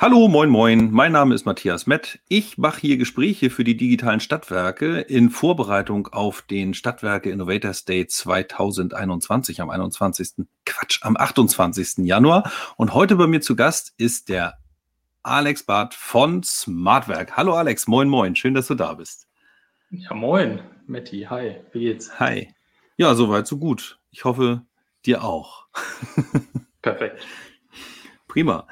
Hallo, moin, moin. Mein Name ist Matthias Mett. Ich mache hier Gespräche für die digitalen Stadtwerke in Vorbereitung auf den Stadtwerke Innovators Day 2021 am 28. Januar. Und heute bei mir zu Gast ist der Alex Barth von Smartwerk. Hallo Alex, moin, moin. Schön, dass du da bist. Ja, moin, Matti. Hi, wie geht's? Hi. Ja, soweit, so gut. Ich hoffe, dir auch. Perfekt. Prima.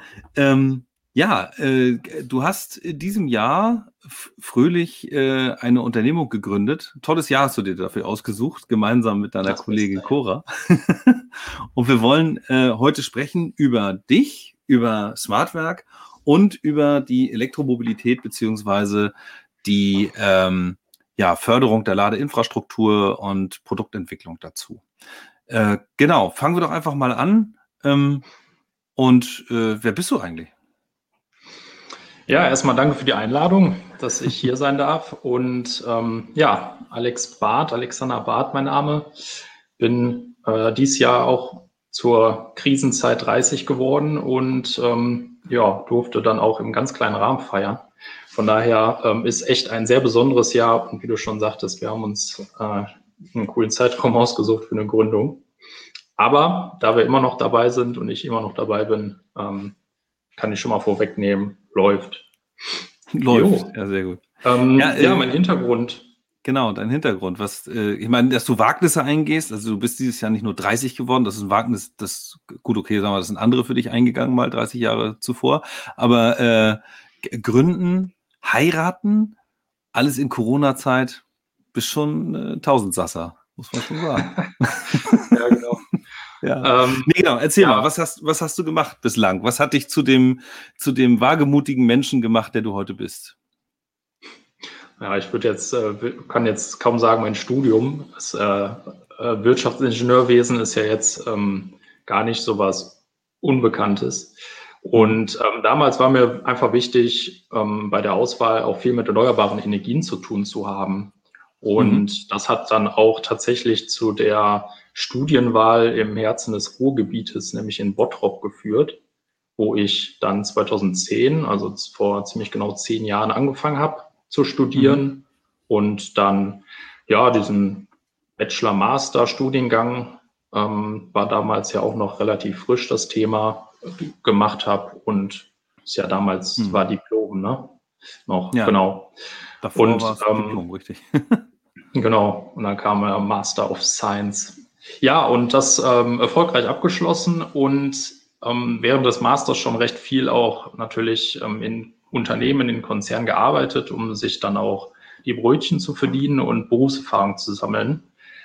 Du hast in diesem Jahr fröhlich eine Unternehmung gegründet. Tolles Jahr hast du dir dafür ausgesucht, gemeinsam mit deiner Das Kollegin Beste, ja. Cora. Und wir wollen heute sprechen über dich, über Smartwerk und über die Elektromobilität beziehungsweise die Förderung der Ladeinfrastruktur und Produktentwicklung dazu. Genau, fangen wir doch einfach mal an. Wer bist du eigentlich? Ja, erstmal danke für die Einladung, dass ich hier sein darf. Und Alexander Barth, mein Name. Bin dieses Jahr auch zur Krisenzeit 30 geworden und durfte dann auch im ganz kleinen Rahmen feiern. Von daher ist echt ein sehr besonderes Jahr. Und wie du schon sagtest, wir haben uns einen coolen Zeitraum ausgesucht für eine Gründung. Aber da wir immer noch dabei sind und ich immer noch dabei bin, kann ich schon mal vorwegnehmen, läuft. Läuft, ja, sehr gut. Mein Hintergrund. Genau, dein Hintergrund. Ich meine, dass du Wagnisse eingehst, also du bist dieses Jahr nicht nur 30 geworden, das ist ein Wagnis, gut, okay, sagen wir, das sind andere für dich eingegangen, mal 30 Jahre zuvor, aber gründen, heiraten, alles in Corona-Zeit, bist schon Tausendsasser, muss man schon sagen. Ja, genau. Genau, erzähl mal, was hast du gemacht bislang? Was hat dich zu dem wagemutigen Menschen gemacht, der du heute bist? Ja, ich kann jetzt kaum sagen, mein Studium, das Wirtschaftsingenieurwesen ist ja jetzt gar nicht so was Unbekanntes. Und damals war mir einfach wichtig, bei der Auswahl auch viel mit erneuerbaren Energien zu tun zu haben. Und das hat dann auch tatsächlich zu der Studienwahl im Herzen des Ruhrgebietes, nämlich in Bottrop, geführt, wo ich dann 2010, also vor ziemlich genau 10 Jahren, angefangen habe zu studieren und dann diesen Bachelor-Master-Studiengang war damals ja auch noch relativ frisch, das Thema gemacht habe und ist ja damals war Diplom, ne? Noch, ja, genau. Davor war es Diplom, richtig. Genau, und dann kam Master of Science. Ja, und das erfolgreich abgeschlossen und während des Masters schon recht viel auch natürlich in Unternehmen, in Konzernen gearbeitet, um sich dann auch die Brötchen zu verdienen und Berufserfahrung zu sammeln.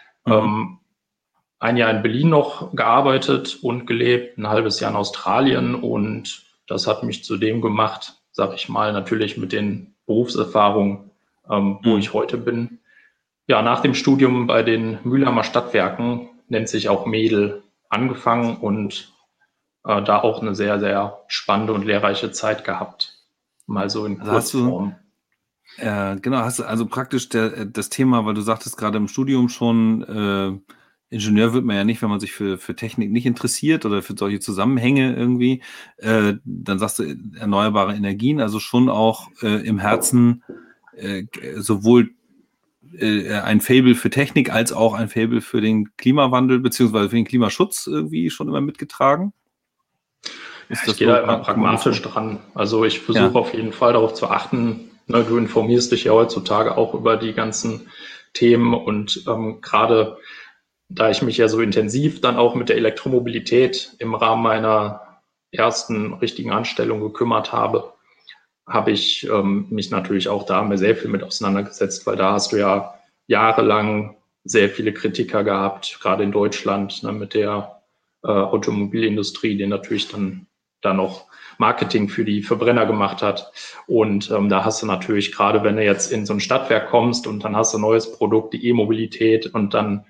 Ein Jahr in Berlin noch gearbeitet und gelebt, ein halbes Jahr in Australien und das hat mich zu dem gemacht, sag ich mal, natürlich mit den Berufserfahrungen, wo ich heute bin. Ja, nach dem Studium bei den Mülheimer Stadtwerken, nennt sich auch Mädel, angefangen und da auch eine sehr, sehr spannende und lehrreiche Zeit gehabt. Mal so in Kurzform. Genau, hast du also praktisch das Thema, weil du sagtest gerade im Studium schon, Ingenieur wird man ja nicht, wenn man sich für Technik nicht interessiert oder für solche Zusammenhänge irgendwie. Dann sagst du erneuerbare Energien, also schon auch im Herzen sowohl ein Faible für Technik als auch ein Faible für den Klimawandel beziehungsweise für den Klimaschutz irgendwie schon immer mitgetragen? Ich gehe da immer pragmatisch dran. Also ich versuche auf jeden Fall darauf zu achten. Ne, du informierst dich ja heutzutage auch über die ganzen Themen und gerade da ich mich ja so intensiv dann auch mit der Elektromobilität im Rahmen meiner ersten richtigen Anstellung gekümmert habe, habe ich mich natürlich auch da sehr viel mit auseinandergesetzt, weil da hast du ja jahrelang sehr viele Kritiker gehabt, gerade in Deutschland, ne, mit der Automobilindustrie, die natürlich dann noch Marketing für die Verbrenner gemacht hat. Und da hast du natürlich, gerade wenn du jetzt in so ein Stadtwerk kommst und dann hast du ein neues Produkt, die E-Mobilität, und dann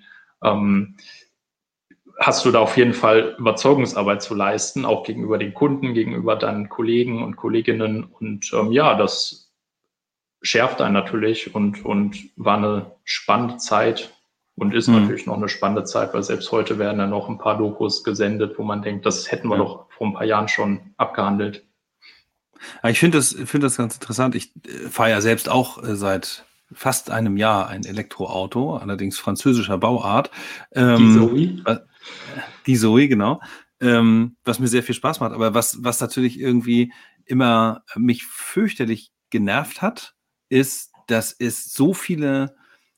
hast du da auf jeden Fall Überzeugungsarbeit zu leisten, auch gegenüber den Kunden, gegenüber deinen Kollegen und Kolleginnen. Und das schärft einen natürlich und war eine spannende Zeit und ist natürlich noch eine spannende Zeit, weil selbst heute werden ja noch ein paar Dokus gesendet, wo man denkt, das hätten wir doch vor ein paar Jahren schon abgehandelt. Aber ich finde das ganz interessant. Ich fahre ja selbst auch seit fast einem Jahr ein Elektroauto, allerdings französischer Bauart. Die Zoe? Die Zoe, genau. Was mir sehr viel Spaß macht, aber was natürlich irgendwie immer mich fürchterlich genervt hat, ist, dass es so viele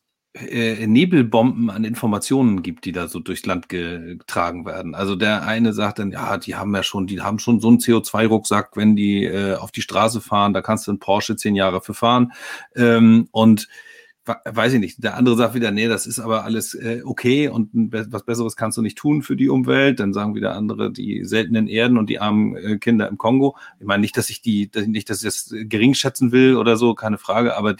Nebelbomben an Informationen gibt, die da so durchs Land getragen werden. Also der eine sagt dann, ja, die haben schon so einen CO2-Rucksack, wenn die auf die Straße fahren, da kannst du einen Porsche 10 Jahre für fahren. Und weiß ich nicht, der andere sagt wieder, nee, das ist aber alles okay und was Besseres kannst du nicht tun für die Umwelt. Dann sagen wieder andere, die seltenen Erden und die armen Kinder im Kongo. Ich meine nicht, dass ich das gering schätzen will oder so, keine Frage, aber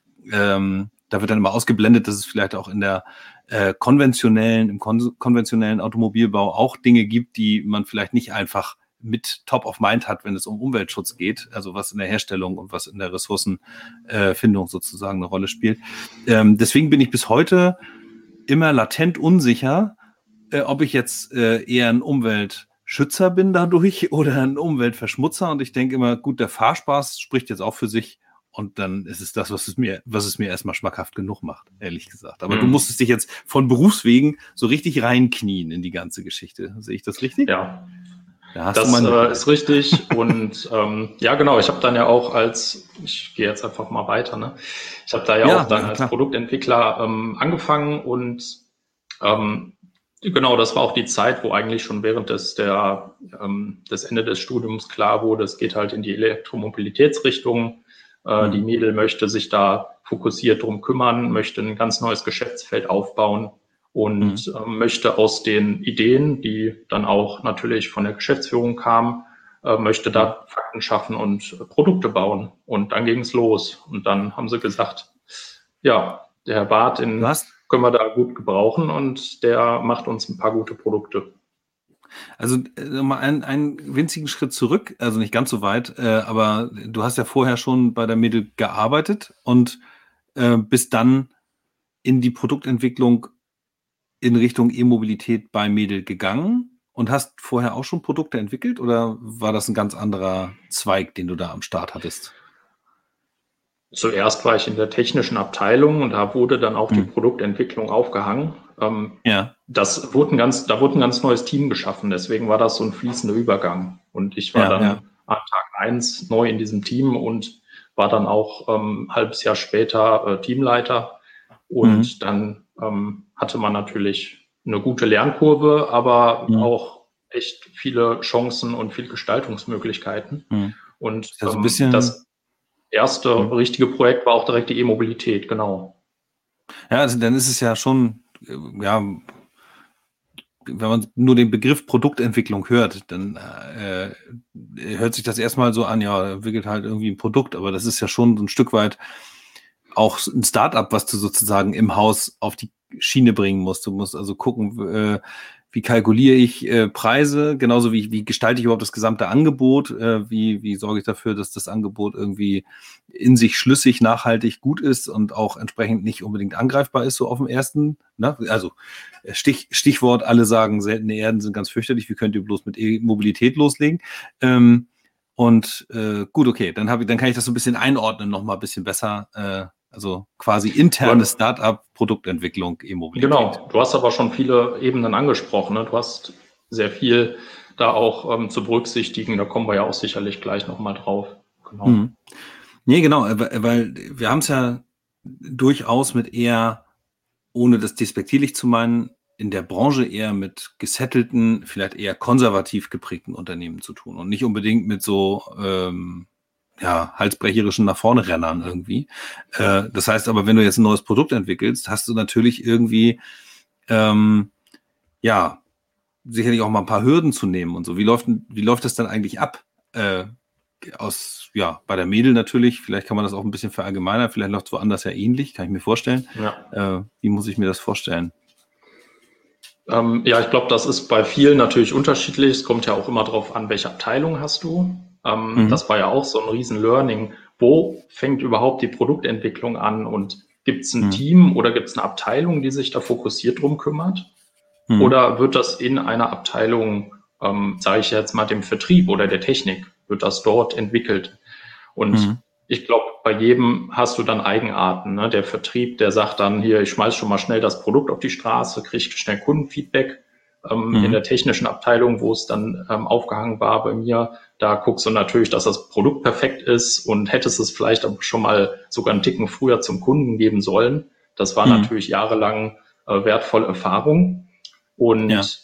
da wird dann immer ausgeblendet, dass es vielleicht auch in der konventionellen Automobilbau auch Dinge gibt, die man vielleicht nicht einfach mit Top of Mind hat, wenn es um Umweltschutz geht, also was in der Herstellung und was in der Ressourcenfindung sozusagen eine Rolle spielt. Deswegen bin ich bis heute immer latent unsicher, ob ich jetzt eher ein Umweltschützer bin dadurch oder ein Umweltverschmutzer. Und ich denke immer, gut, der Fahrspaß spricht jetzt auch für sich. Und dann ist es das, was es mir erstmal schmackhaft genug macht, ehrlich gesagt. Aber du musstest dich jetzt von Berufswegen so richtig reinknien in die ganze Geschichte. Sehe ich das richtig? Ja, das ist richtig. Und ja, genau, ich habe dann ja auch ich gehe jetzt einfach mal weiter, ne? Ich habe da ja auch dann als Produktentwickler angefangen und genau, das war auch die Zeit, wo eigentlich schon während des Ende des Studiums klar wurde, es geht halt in die Elektromobilitätsrichtung. Die Mädel möchte sich da fokussiert drum kümmern, möchte ein ganz neues Geschäftsfeld aufbauen und möchte aus den Ideen, die dann auch natürlich von der Geschäftsführung kamen, möchte da Fakten schaffen und Produkte bauen. Und dann ging es los. Und dann haben sie gesagt, ja, der Herr Barth, den können wir da gut gebrauchen und der macht uns ein paar gute Produkte. Also mal einen winzigen Schritt zurück, also nicht ganz so weit, aber du hast ja vorher schon bei der Mädel gearbeitet und bist dann in die Produktentwicklung in Richtung E-Mobilität bei Mädel gegangen und hast vorher auch schon Produkte entwickelt oder war das ein ganz anderer Zweig, den du da am Start hattest? Zuerst war ich in der technischen Abteilung und da wurde dann auch die Produktentwicklung aufgehangen. Da wurde ein ganz neues Team geschaffen, deswegen war das so ein fließender Übergang. Und ich war dann an Tag 1 neu in diesem Team und war dann auch ein halbes Jahr später Teamleiter. Und dann hatte man natürlich eine gute Lernkurve, aber auch echt viele Chancen und viel Gestaltungsmöglichkeiten. Und also das erste richtige Projekt war auch direkt die E-Mobilität, genau. Ja, also dann ist es ja schon, ja, wenn man nur den Begriff Produktentwicklung hört, dann hört sich das erstmal so an, ja, entwickelt halt irgendwie ein Produkt, aber das ist ja schon so ein Stück weit auch ein Start-up, was du sozusagen im Haus auf die Schiene bringen musst. Du musst also gucken, wie kalkuliere ich Preise, genauso wie gestalte ich überhaupt das gesamte Angebot, wie sorge ich dafür, dass das Angebot irgendwie in sich schlüssig, nachhaltig gut ist und auch entsprechend nicht unbedingt angreifbar ist, so auf dem ersten. Ne? Also Stichwort, alle sagen, seltene Erden sind ganz fürchterlich, wie könnt ihr bloß mit E-Mobilität loslegen? Gut, okay, dann kann ich das so ein bisschen einordnen, noch mal ein bisschen besser. Also quasi interne Start-up-Produktentwicklung, E-Mobilität. Genau, du hast aber schon viele Ebenen angesprochen. Ne? Du hast sehr viel da auch zu berücksichtigen. Da kommen wir ja auch sicherlich gleich nochmal drauf. Genau. Nee, genau, weil wir haben es ja durchaus mit eher, ohne das despektierlich zu meinen, in der Branche eher mit gesettelten, vielleicht eher konservativ geprägten Unternehmen zu tun und nicht unbedingt mit so halsbrecherischen nach vorne Rennern irgendwie. Das heißt aber, wenn du jetzt ein neues Produkt entwickelst, hast du natürlich irgendwie sicherlich auch mal ein paar Hürden zu nehmen und so. Wie läuft das dann eigentlich ab? Bei der Mädel natürlich, vielleicht kann man das auch ein bisschen verallgemeinern, vielleicht läuft es woanders ja ähnlich, kann ich mir vorstellen. Ja. Wie muss ich mir das vorstellen? Ich glaube, das ist bei vielen natürlich unterschiedlich. Es kommt ja auch immer darauf an, welche Abteilung hast du. Das war ja auch so ein riesen Learning. Wo fängt überhaupt die Produktentwicklung an und gibt es ein Team oder gibt es eine Abteilung, die sich da fokussiert drum kümmert? Oder wird das in einer Abteilung, sage ich jetzt mal, dem Vertrieb oder der Technik wird das dort entwickelt. Und ich glaube, bei jedem hast du dann Eigenarten. Ne? Der Vertrieb, der sagt dann hier, ich schmeiß schon mal schnell das Produkt auf die Straße, kriege schnell Kundenfeedback. In der technischen Abteilung, wo es dann aufgehangen war bei mir, da guckst du natürlich, dass das Produkt perfekt ist und hättest es vielleicht auch schon mal sogar einen Ticken früher zum Kunden geben sollen. Das war natürlich jahrelang wertvolle Erfahrung und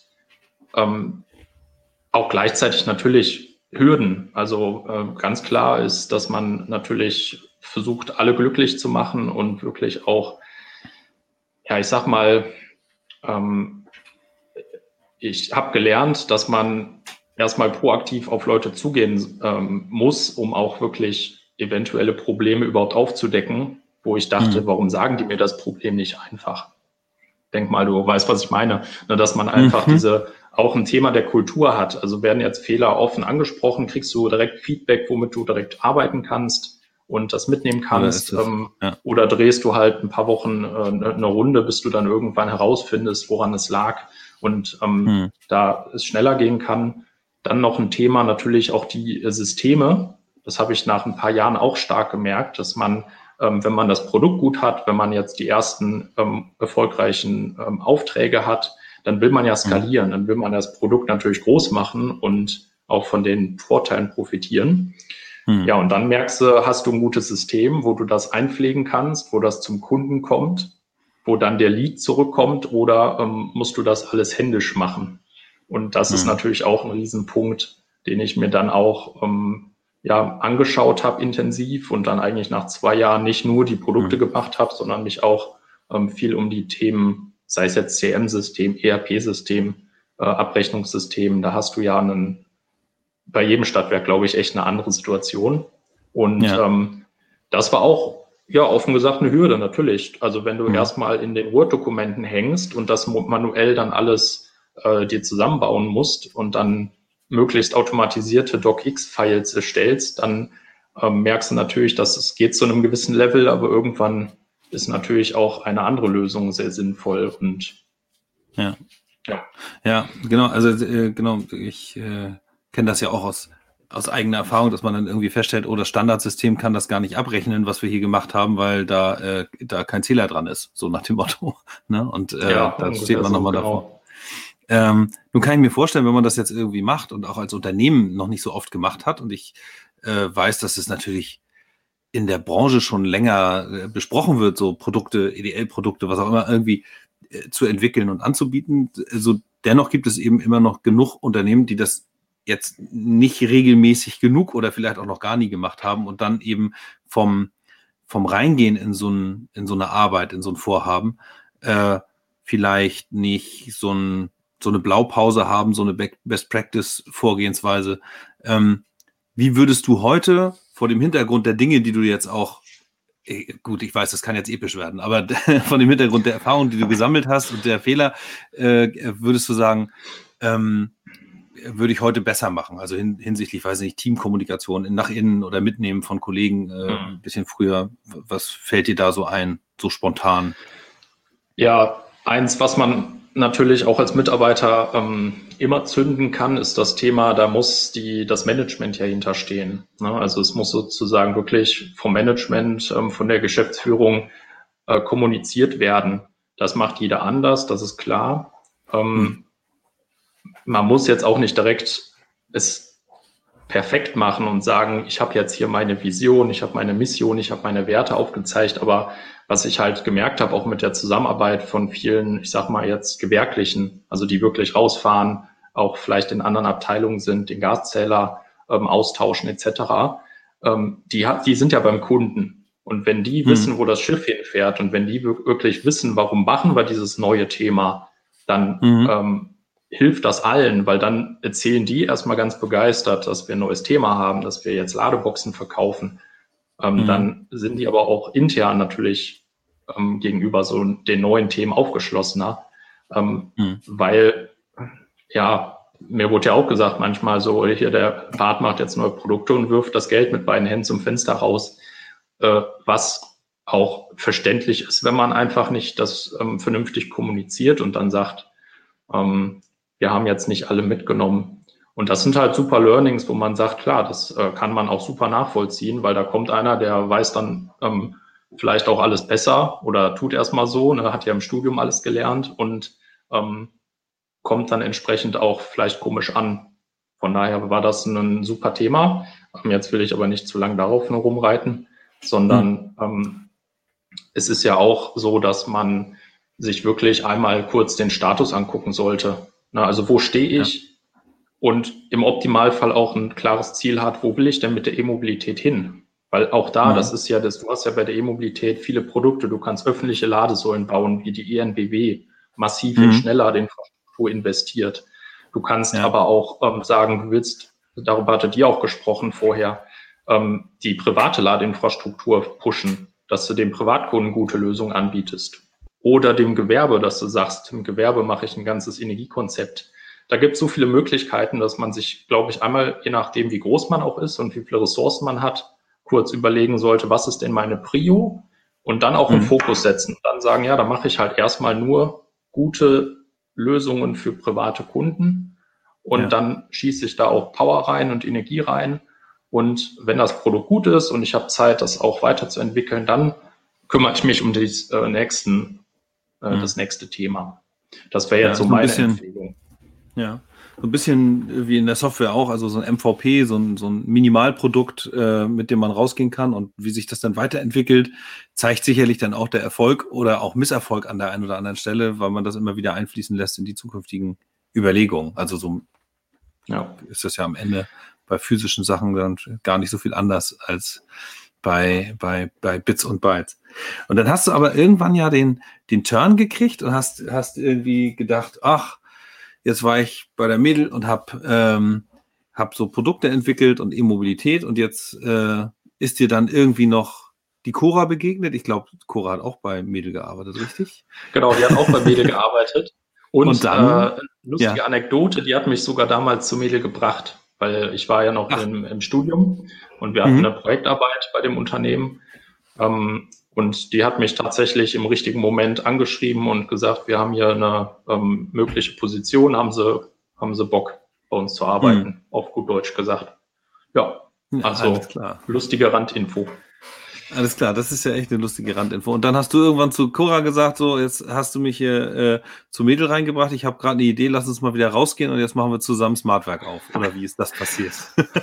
auch gleichzeitig natürlich Hürden. Also ganz klar ist, dass man natürlich versucht, alle glücklich zu machen und wirklich auch, ja, ich sag mal, ich habe gelernt, dass man erstmal proaktiv auf Leute zugehen muss, um auch wirklich eventuelle Probleme überhaupt aufzudecken, wo ich dachte, warum sagen die mir das Problem nicht einfach? Denk mal, du weißt, was ich meine, ne, dass man einfach auch ein Thema der Kultur hat. Also werden jetzt Fehler offen angesprochen, kriegst du direkt Feedback, womit du direkt arbeiten kannst und das mitnehmen kannst. Oder drehst du halt ein paar Wochen eine Runde, bis du dann irgendwann herausfindest, woran es lag und da es schneller gehen kann. Dann noch ein Thema natürlich auch die Systeme. Das habe ich nach ein paar Jahren auch stark gemerkt, dass man, wenn man das Produkt gut hat, wenn man jetzt die ersten erfolgreichen Aufträge hat, dann will man ja skalieren, dann will man das Produkt natürlich groß machen und auch von den Vorteilen profitieren. Ja, und dann merkst du, hast du ein gutes System, wo du das einpflegen kannst, wo das zum Kunden kommt, wo dann der Lead zurückkommt oder musst du das alles händisch machen? Und das ist natürlich auch ein Riesenpunkt, den ich mir dann auch angeschaut habe intensiv und dann eigentlich nach 2 Jahren nicht nur die Produkte gemacht habe, sondern mich auch viel um die Themen, sei es jetzt CM-System, ERP-System, Abrechnungssystem, da hast du ja bei jedem Stadtwerk, glaube ich, echt eine andere Situation. Und das war auch, ja, offen gesagt, eine Hürde, natürlich. Also wenn du erstmal in den Word-Dokumenten hängst und das manuell dann alles dir zusammenbauen musst und dann möglichst automatisierte DocX-Files erstellst, dann merkst du natürlich, dass es geht zu einem gewissen Level, aber irgendwann ist natürlich auch eine andere Lösung sehr sinnvoll und ja, genau, also genau, ich kenne das ja auch aus eigener Erfahrung, dass man dann irgendwie feststellt, oh, das Standardsystem kann das gar nicht abrechnen, was wir hier gemacht haben, weil da kein Zähler dran ist, so nach dem Motto. Ne? Und da steht man nochmal davor. Nun kann ich mir vorstellen, wenn man das jetzt irgendwie macht und auch als Unternehmen noch nicht so oft gemacht hat und ich weiß, dass es natürlich in der Branche schon länger besprochen wird, so Produkte, EDL-Produkte, was auch immer, irgendwie zu entwickeln und anzubieten. Also dennoch gibt es eben immer noch genug Unternehmen, die das jetzt nicht regelmäßig genug oder vielleicht auch noch gar nie gemacht haben und dann eben vom Reingehen in so eine Arbeit, in so ein Vorhaben, vielleicht nicht so eine Blaupause haben, so eine Best-Practice-Vorgehensweise. Wie würdest du heute vor dem Hintergrund der Dinge, die du jetzt auch, gut, ich weiß, das kann jetzt episch werden, aber von dem Hintergrund der Erfahrungen, die du gesammelt hast und der Fehler, würdest du sagen, würde ich heute besser machen? Also hinsichtlich, weiß nicht, Teamkommunikation nach innen oder Mitnehmen von Kollegen ein bisschen früher. Was fällt dir da so ein, so spontan? Ja, eins, was man natürlich auch als Mitarbeiter immer zünden kann, ist das Thema, da muss das Management ja hinterstehen. Ne? Also es muss sozusagen wirklich vom Management, von der Geschäftsführung kommuniziert werden. Das macht jeder anders, das ist klar. Man muss jetzt auch nicht direkt es perfekt machen und sagen, ich habe jetzt hier meine Vision, ich habe meine Mission, ich habe meine Werte aufgezeigt, aber was ich halt gemerkt habe, auch mit der Zusammenarbeit von vielen, ich sag mal jetzt Gewerblichen, also die wirklich rausfahren, auch vielleicht in anderen Abteilungen sind, den Gaszähler austauschen etc., die sind ja beim Kunden. Und wenn die wissen, wo das Schiff hinfährt und wenn die wirklich wissen, warum machen wir dieses neue Thema, dann hilft das allen, weil dann erzählen die erstmal ganz begeistert, dass wir ein neues Thema haben, dass wir jetzt Ladeboxen verkaufen. Dann sind die aber auch intern natürlich gegenüber so den neuen Themen aufgeschlossener, weil, ja, mir wurde ja auch gesagt manchmal so, hier der Bart macht jetzt neue Produkte und wirft das Geld mit beiden Händen zum Fenster raus, was auch verständlich ist, wenn man einfach nicht das vernünftig kommuniziert und dann sagt, wir haben jetzt nicht alle mitgenommen. Und das sind halt super Learnings, wo man sagt, klar, das kann man auch super nachvollziehen, weil da kommt einer, der weiß dann vielleicht auch alles besser oder tut erstmal so, ne, hat ja im Studium alles gelernt und kommt dann entsprechend auch vielleicht komisch an. Von daher war das ein super Thema. Jetzt will ich aber nicht zu lange darauf nur rumreiten, sondern es ist ja auch so, dass man sich wirklich einmal kurz den Status angucken sollte. Na, also wo stehe ich? Ja. Und im Optimalfall auch ein klares Ziel hat, wo will ich denn mit der E-Mobilität hin? Weil auch da, das ist ja das, du hast ja bei der E-Mobilität viele Produkte, du kannst öffentliche Ladesäulen bauen, wie die EnBW, massiv in Schnellladeinfrastruktur investiert. Du kannst aber auch sagen, du willst, darüber hattet ihr auch gesprochen vorher, die private Ladeinfrastruktur pushen, dass du dem Privatkunden gute Lösungen anbietest. Oder dem Gewerbe, dass du sagst, im Gewerbe mache ich ein ganzes Energiekonzept. Da gibt es so viele Möglichkeiten, dass man sich, glaube ich, einmal, je nachdem, wie groß man auch ist und wie viele Ressourcen man hat, kurz überlegen sollte, was ist denn meine Prio? Und dann auch einen Fokus setzen. Dann sagen, ja, da mache ich halt erstmal nur gute Lösungen für private Kunden. Und dann schieße ich da auch Power rein und Energie rein. Und wenn das Produkt gut ist und ich habe Zeit, das auch weiterzuentwickeln, dann kümmere ich mich um das nächste Thema. Das wäre jetzt so meine Empfehlung. Ja, so ein bisschen wie in der Software auch, also so ein MVP, so ein Minimalprodukt, mit dem man rausgehen kann und wie sich das dann weiterentwickelt, zeigt sicherlich dann auch der Erfolg oder auch Misserfolg an der einen oder anderen Stelle, weil man das immer wieder einfließen lässt in die zukünftigen Überlegungen. Also so ist das ja am Ende bei physischen Sachen dann gar nicht so viel anders als bei Bits und Bytes. Und dann hast du aber irgendwann ja den Turn gekriegt und hast irgendwie gedacht, ach, jetzt war ich bei der Mädel und hab so Produkte entwickelt und E-Mobilität und jetzt ist dir dann irgendwie noch die Cora begegnet. Ich glaube, Cora hat auch bei Mädel gearbeitet, richtig? Genau, die hat auch bei Mädel gearbeitet. Und dann, lustige Anekdote, die hat mich sogar damals zu Mädel gebracht, weil ich war ja noch im Studium und wir hatten eine Projektarbeit bei dem Unternehmen. Und die hat mich tatsächlich im richtigen Moment angeschrieben und gesagt, wir haben hier eine mögliche Position, haben sie Bock, bei uns zu arbeiten, auf gut Deutsch gesagt. Ja, also lustige Randinfo. Alles klar, das ist ja echt eine lustige Randinfo. Und dann hast du irgendwann zu Cora gesagt, so, jetzt hast du mich hier zu Mädel reingebracht, ich habe gerade eine Idee, lass uns mal wieder rausgehen und jetzt machen wir zusammen Smartwerk auf. Oder wie ist das passiert?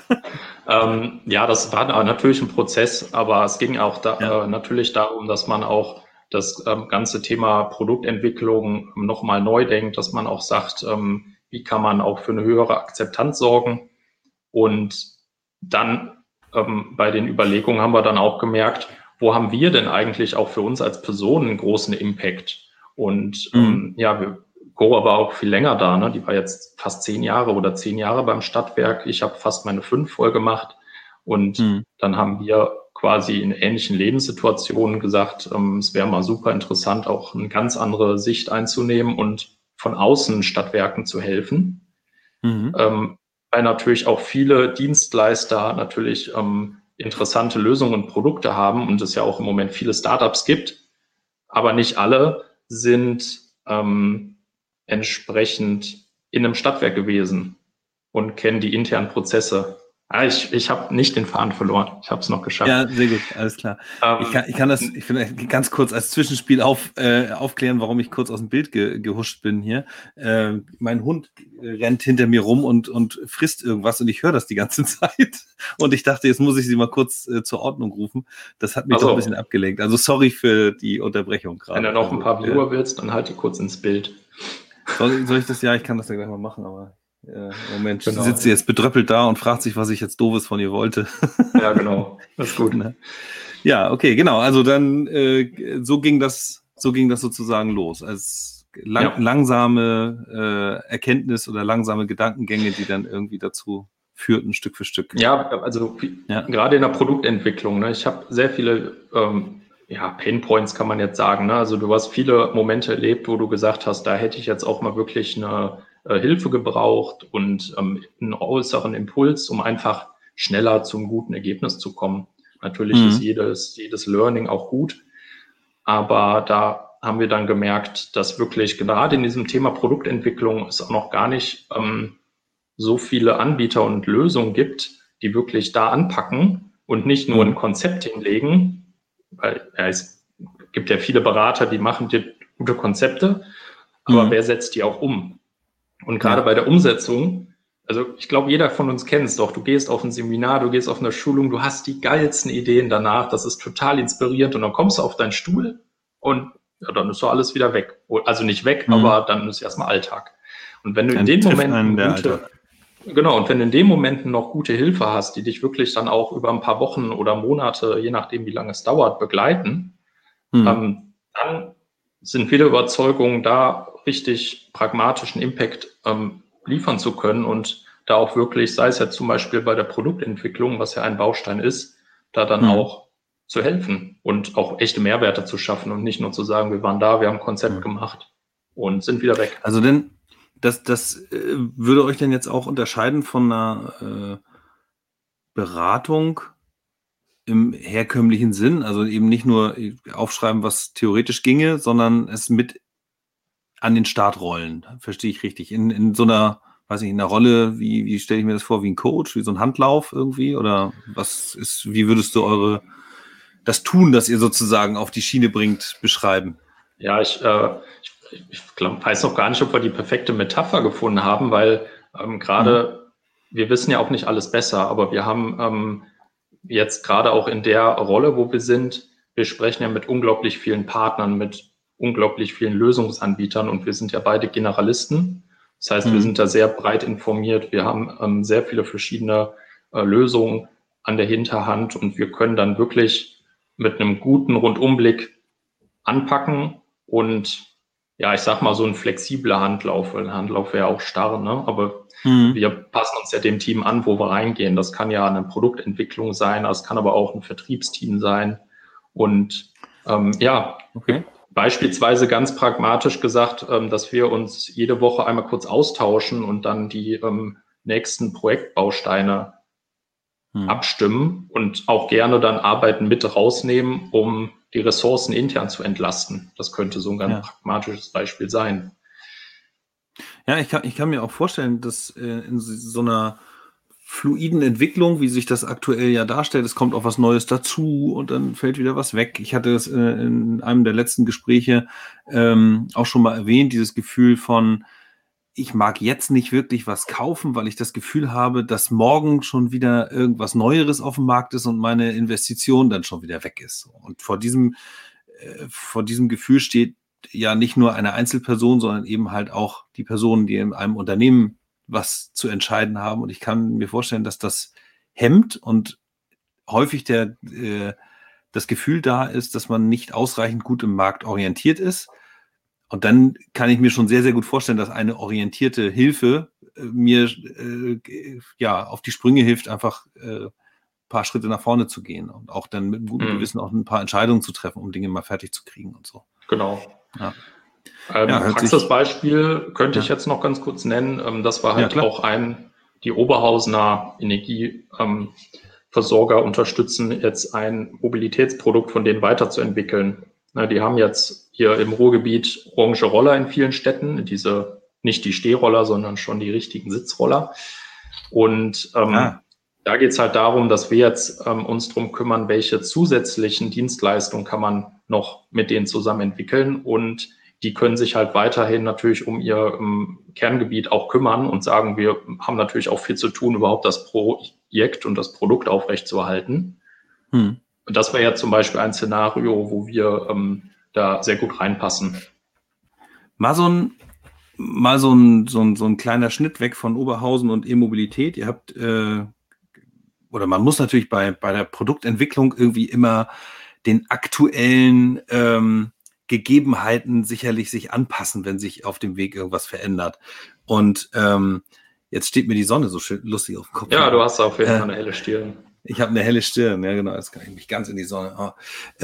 Ja, das war natürlich ein Prozess, aber es ging auch natürlich darum, dass man auch das ganze Thema Produktentwicklung nochmal neu denkt, dass man auch sagt, wie kann man auch für eine höhere Akzeptanz sorgen. Und dann bei den Überlegungen haben wir dann auch gemerkt, wo haben wir denn eigentlich auch für uns als Personen einen großen Impact? Und Cora war auch viel länger da, ne? Die war jetzt fast 10 Jahre beim Stadtwerk. Ich habe fast meine 5 voll gemacht. Und dann haben wir quasi in ähnlichen Lebenssituationen gesagt, es wäre mal super interessant, auch eine ganz andere Sicht einzunehmen und von außen Stadtwerken zu helfen. Weil natürlich auch viele Dienstleister natürlich interessante Lösungen und Produkte haben und es ja auch im Moment viele Startups gibt, aber nicht alle sind entsprechend in einem Stadtwerk gewesen und kennen die internen Prozesse. Ich habe nicht den Faden verloren. Ich habe es noch geschafft. Ja, sehr gut, alles klar. Ich kann das vielleicht ganz kurz als Zwischenspiel aufklären, warum ich kurz aus dem Bild gehuscht bin hier. Mein Hund rennt hinter mir rum und frisst irgendwas und ich höre das die ganze Zeit. Und ich dachte, jetzt muss ich sie mal kurz zur Ordnung rufen. Das hat mich doch ein bisschen abgelenkt. Also sorry für die Unterbrechung gerade. Wenn du noch ein paar Viewer willst, dann halt die kurz ins Bild. Soll ich das? Ja, ich kann das ja gleich mal machen, aber Moment, sitzt sie jetzt bedröppelt da und fragt sich, was ich jetzt Doofes von ihr wollte. Ja, genau. Das ist gut. Ja, okay, genau. Also dann so ging das sozusagen los. Als langsame Erkenntnis oder langsame Gedankengänge, die dann irgendwie dazu führten, Stück für Stück. Ja, also gerade in der Produktentwicklung, ne, ich habe sehr viele Painpoints, kann man jetzt sagen. Ne? Also du hast viele Momente erlebt, wo du gesagt hast, da hätte ich jetzt auch mal wirklich eine Hilfe gebraucht und einen äußeren Impuls, um einfach schneller zum guten Ergebnis zu kommen. Natürlich ist jedes Learning auch gut, aber da haben wir dann gemerkt, dass wirklich gerade in diesem Thema Produktentwicklung es auch noch gar nicht so viele Anbieter und Lösungen gibt, die wirklich da anpacken und nicht nur ein Konzept hinlegen, weil es gibt ja viele Berater, die machen dir gute Konzepte, aber wer setzt die auch um? Und gerade bei der Umsetzung, also ich glaube, jeder von uns kennt es doch, du gehst auf ein Seminar, du gehst auf eine Schulung, du hast die geilsten Ideen danach, das ist total inspirierend und dann kommst du auf deinen Stuhl und ja, dann ist so alles wieder weg. Also nicht weg, aber dann ist erstmal Alltag. Und wenn du in den Momenten und wenn du in den Momenten noch gute Hilfe hast, die dich wirklich dann auch über ein paar Wochen oder Monate, je nachdem wie lange es dauert, begleiten, dann sind wieder Überzeugungen da, richtig pragmatischen Impact liefern zu können und da auch wirklich, sei es ja zum Beispiel bei der Produktentwicklung, was ja ein Baustein ist, da dann auch zu helfen und auch echte Mehrwerte zu schaffen und nicht nur zu sagen, wir waren da, wir haben ein Konzept gemacht und sind wieder weg. Also denn das würde euch denn jetzt auch unterscheiden von einer Beratung im herkömmlichen Sinn, also eben nicht nur aufschreiben, was theoretisch ginge, sondern es mit an den Start rollen. Verstehe ich richtig? In so einer, weiß ich, in einer Rolle, wie stelle ich mir das vor, wie ein Coach, wie so ein Handlauf irgendwie? Oder wie würdest du das Tun, das ihr sozusagen auf die Schiene bringt, beschreiben? Ja, ich weiß noch gar nicht, ob wir die perfekte Metapher gefunden haben, weil gerade wir wissen ja auch nicht alles besser, aber wir haben jetzt gerade auch in der Rolle, wo wir sind, wir sprechen ja mit unglaublich vielen Partnern, mit unglaublich vielen Lösungsanbietern und wir sind ja beide Generalisten. Das heißt, wir sind da sehr breit informiert. Wir haben sehr viele verschiedene Lösungen an der Hinterhand und wir können dann wirklich mit einem guten Rundumblick anpacken und ja, ich sag mal so ein flexibler Handlauf, weil ein Handlauf wäre auch starr, ne? Aber wir passen uns ja dem Team an, wo wir reingehen. Das kann ja eine Produktentwicklung sein, das kann aber auch ein Vertriebsteam sein. Und beispielsweise ganz pragmatisch gesagt, dass wir uns jede Woche einmal kurz austauschen und dann die nächsten Projektbausteine abstimmen und auch gerne dann Arbeiten mit rausnehmen, um die Ressourcen intern zu entlasten. Das könnte so ein ganz pragmatisches Beispiel sein. Ja, ich kann mir auch vorstellen, dass in so einer fluiden Entwicklung, wie sich das aktuell ja darstellt, es kommt auch was Neues dazu und dann fällt wieder was weg. Ich hatte es in einem der letzten Gespräche auch schon mal erwähnt, dieses Gefühl von, ich mag jetzt nicht wirklich was kaufen, weil ich das Gefühl habe, dass morgen schon wieder irgendwas Neueres auf dem Markt ist und meine Investition dann schon wieder weg ist. Und vor diesem Gefühl steht ja nicht nur eine Einzelperson, sondern eben halt auch die Personen, die in einem Unternehmen was zu entscheiden haben. Und ich kann mir vorstellen, dass das hemmt und häufig das Gefühl da ist, dass man nicht ausreichend gut im Markt orientiert ist. Und dann kann ich mir schon sehr, sehr gut vorstellen, dass eine orientierte Hilfe mir auf die Sprünge hilft, einfach ein paar Schritte nach vorne zu gehen und auch dann mit einem guten Gewissen auch ein paar Entscheidungen zu treffen, um Dinge mal fertig zu kriegen und so. Genau. Ja. Praxisbeispiel könnte ich jetzt noch ganz kurz nennen. Das war halt auch die Oberhausener Energieversorger unterstützen jetzt ein Mobilitätsprodukt von denen weiterzuentwickeln. Die haben jetzt hier im Ruhrgebiet orange Roller in vielen Städten, nicht die Stehroller, sondern schon die richtigen Sitzroller. Und da geht es halt darum, dass wir jetzt uns drum kümmern, welche zusätzlichen Dienstleistungen kann man noch mit denen zusammen entwickeln. Und die können sich halt weiterhin natürlich um ihr Kerngebiet auch kümmern und sagen, wir haben natürlich auch viel zu tun, überhaupt das Projekt und das Produkt aufrechtzuerhalten. Und das wäre ja zum Beispiel ein Szenario, wo wir da sehr gut reinpassen. Mal so ein kleiner Schnitt weg von Oberhausen und E-Mobilität. Ihr habt, oder man muss natürlich bei der Produktentwicklung irgendwie immer den aktuellen Gegebenheiten sicherlich sich anpassen, wenn sich auf dem Weg irgendwas verändert. Und jetzt steht mir die Sonne so schön lustig auf dem Kopf. Ja, du hast auf jeden Fall eine helle Stirn. Ich habe eine helle Stirn, ja genau, jetzt kann ich mich ganz in die Sonne.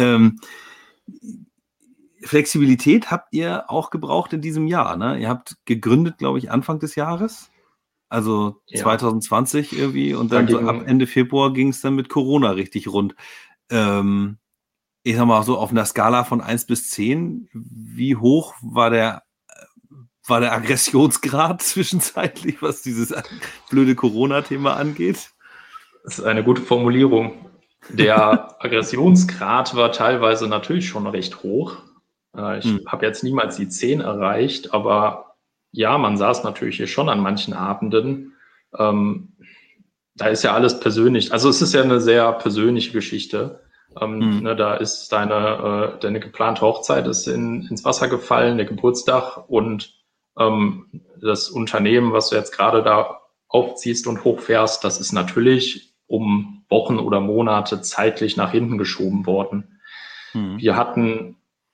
Flexibilität habt ihr auch gebraucht in diesem Jahr, ne? Ihr habt gegründet, glaube ich, Anfang des Jahres, also 2020 irgendwie und dann so ab Ende Februar ging es dann mit Corona richtig rund. Ich sag mal so auf einer Skala von 1 bis 10, wie hoch war der war der Aggressionsgrad zwischenzeitlich, was dieses blöde Corona-Thema angeht? Das ist eine gute Formulierung. Der Aggressionsgrad war teilweise natürlich schon recht hoch. Ich habe jetzt niemals die 10 erreicht, aber ja, man saß natürlich hier schon an manchen Abenden. Da ist ja alles persönlich. Also es ist ja eine sehr persönliche Geschichte. Ne, da ist deine geplante Hochzeit ist ins Wasser gefallen, der Geburtstag und das Unternehmen, was du jetzt gerade da aufziehst und hochfährst, das ist natürlich um Wochen oder Monate zeitlich nach hinten geschoben worden. Wir hatten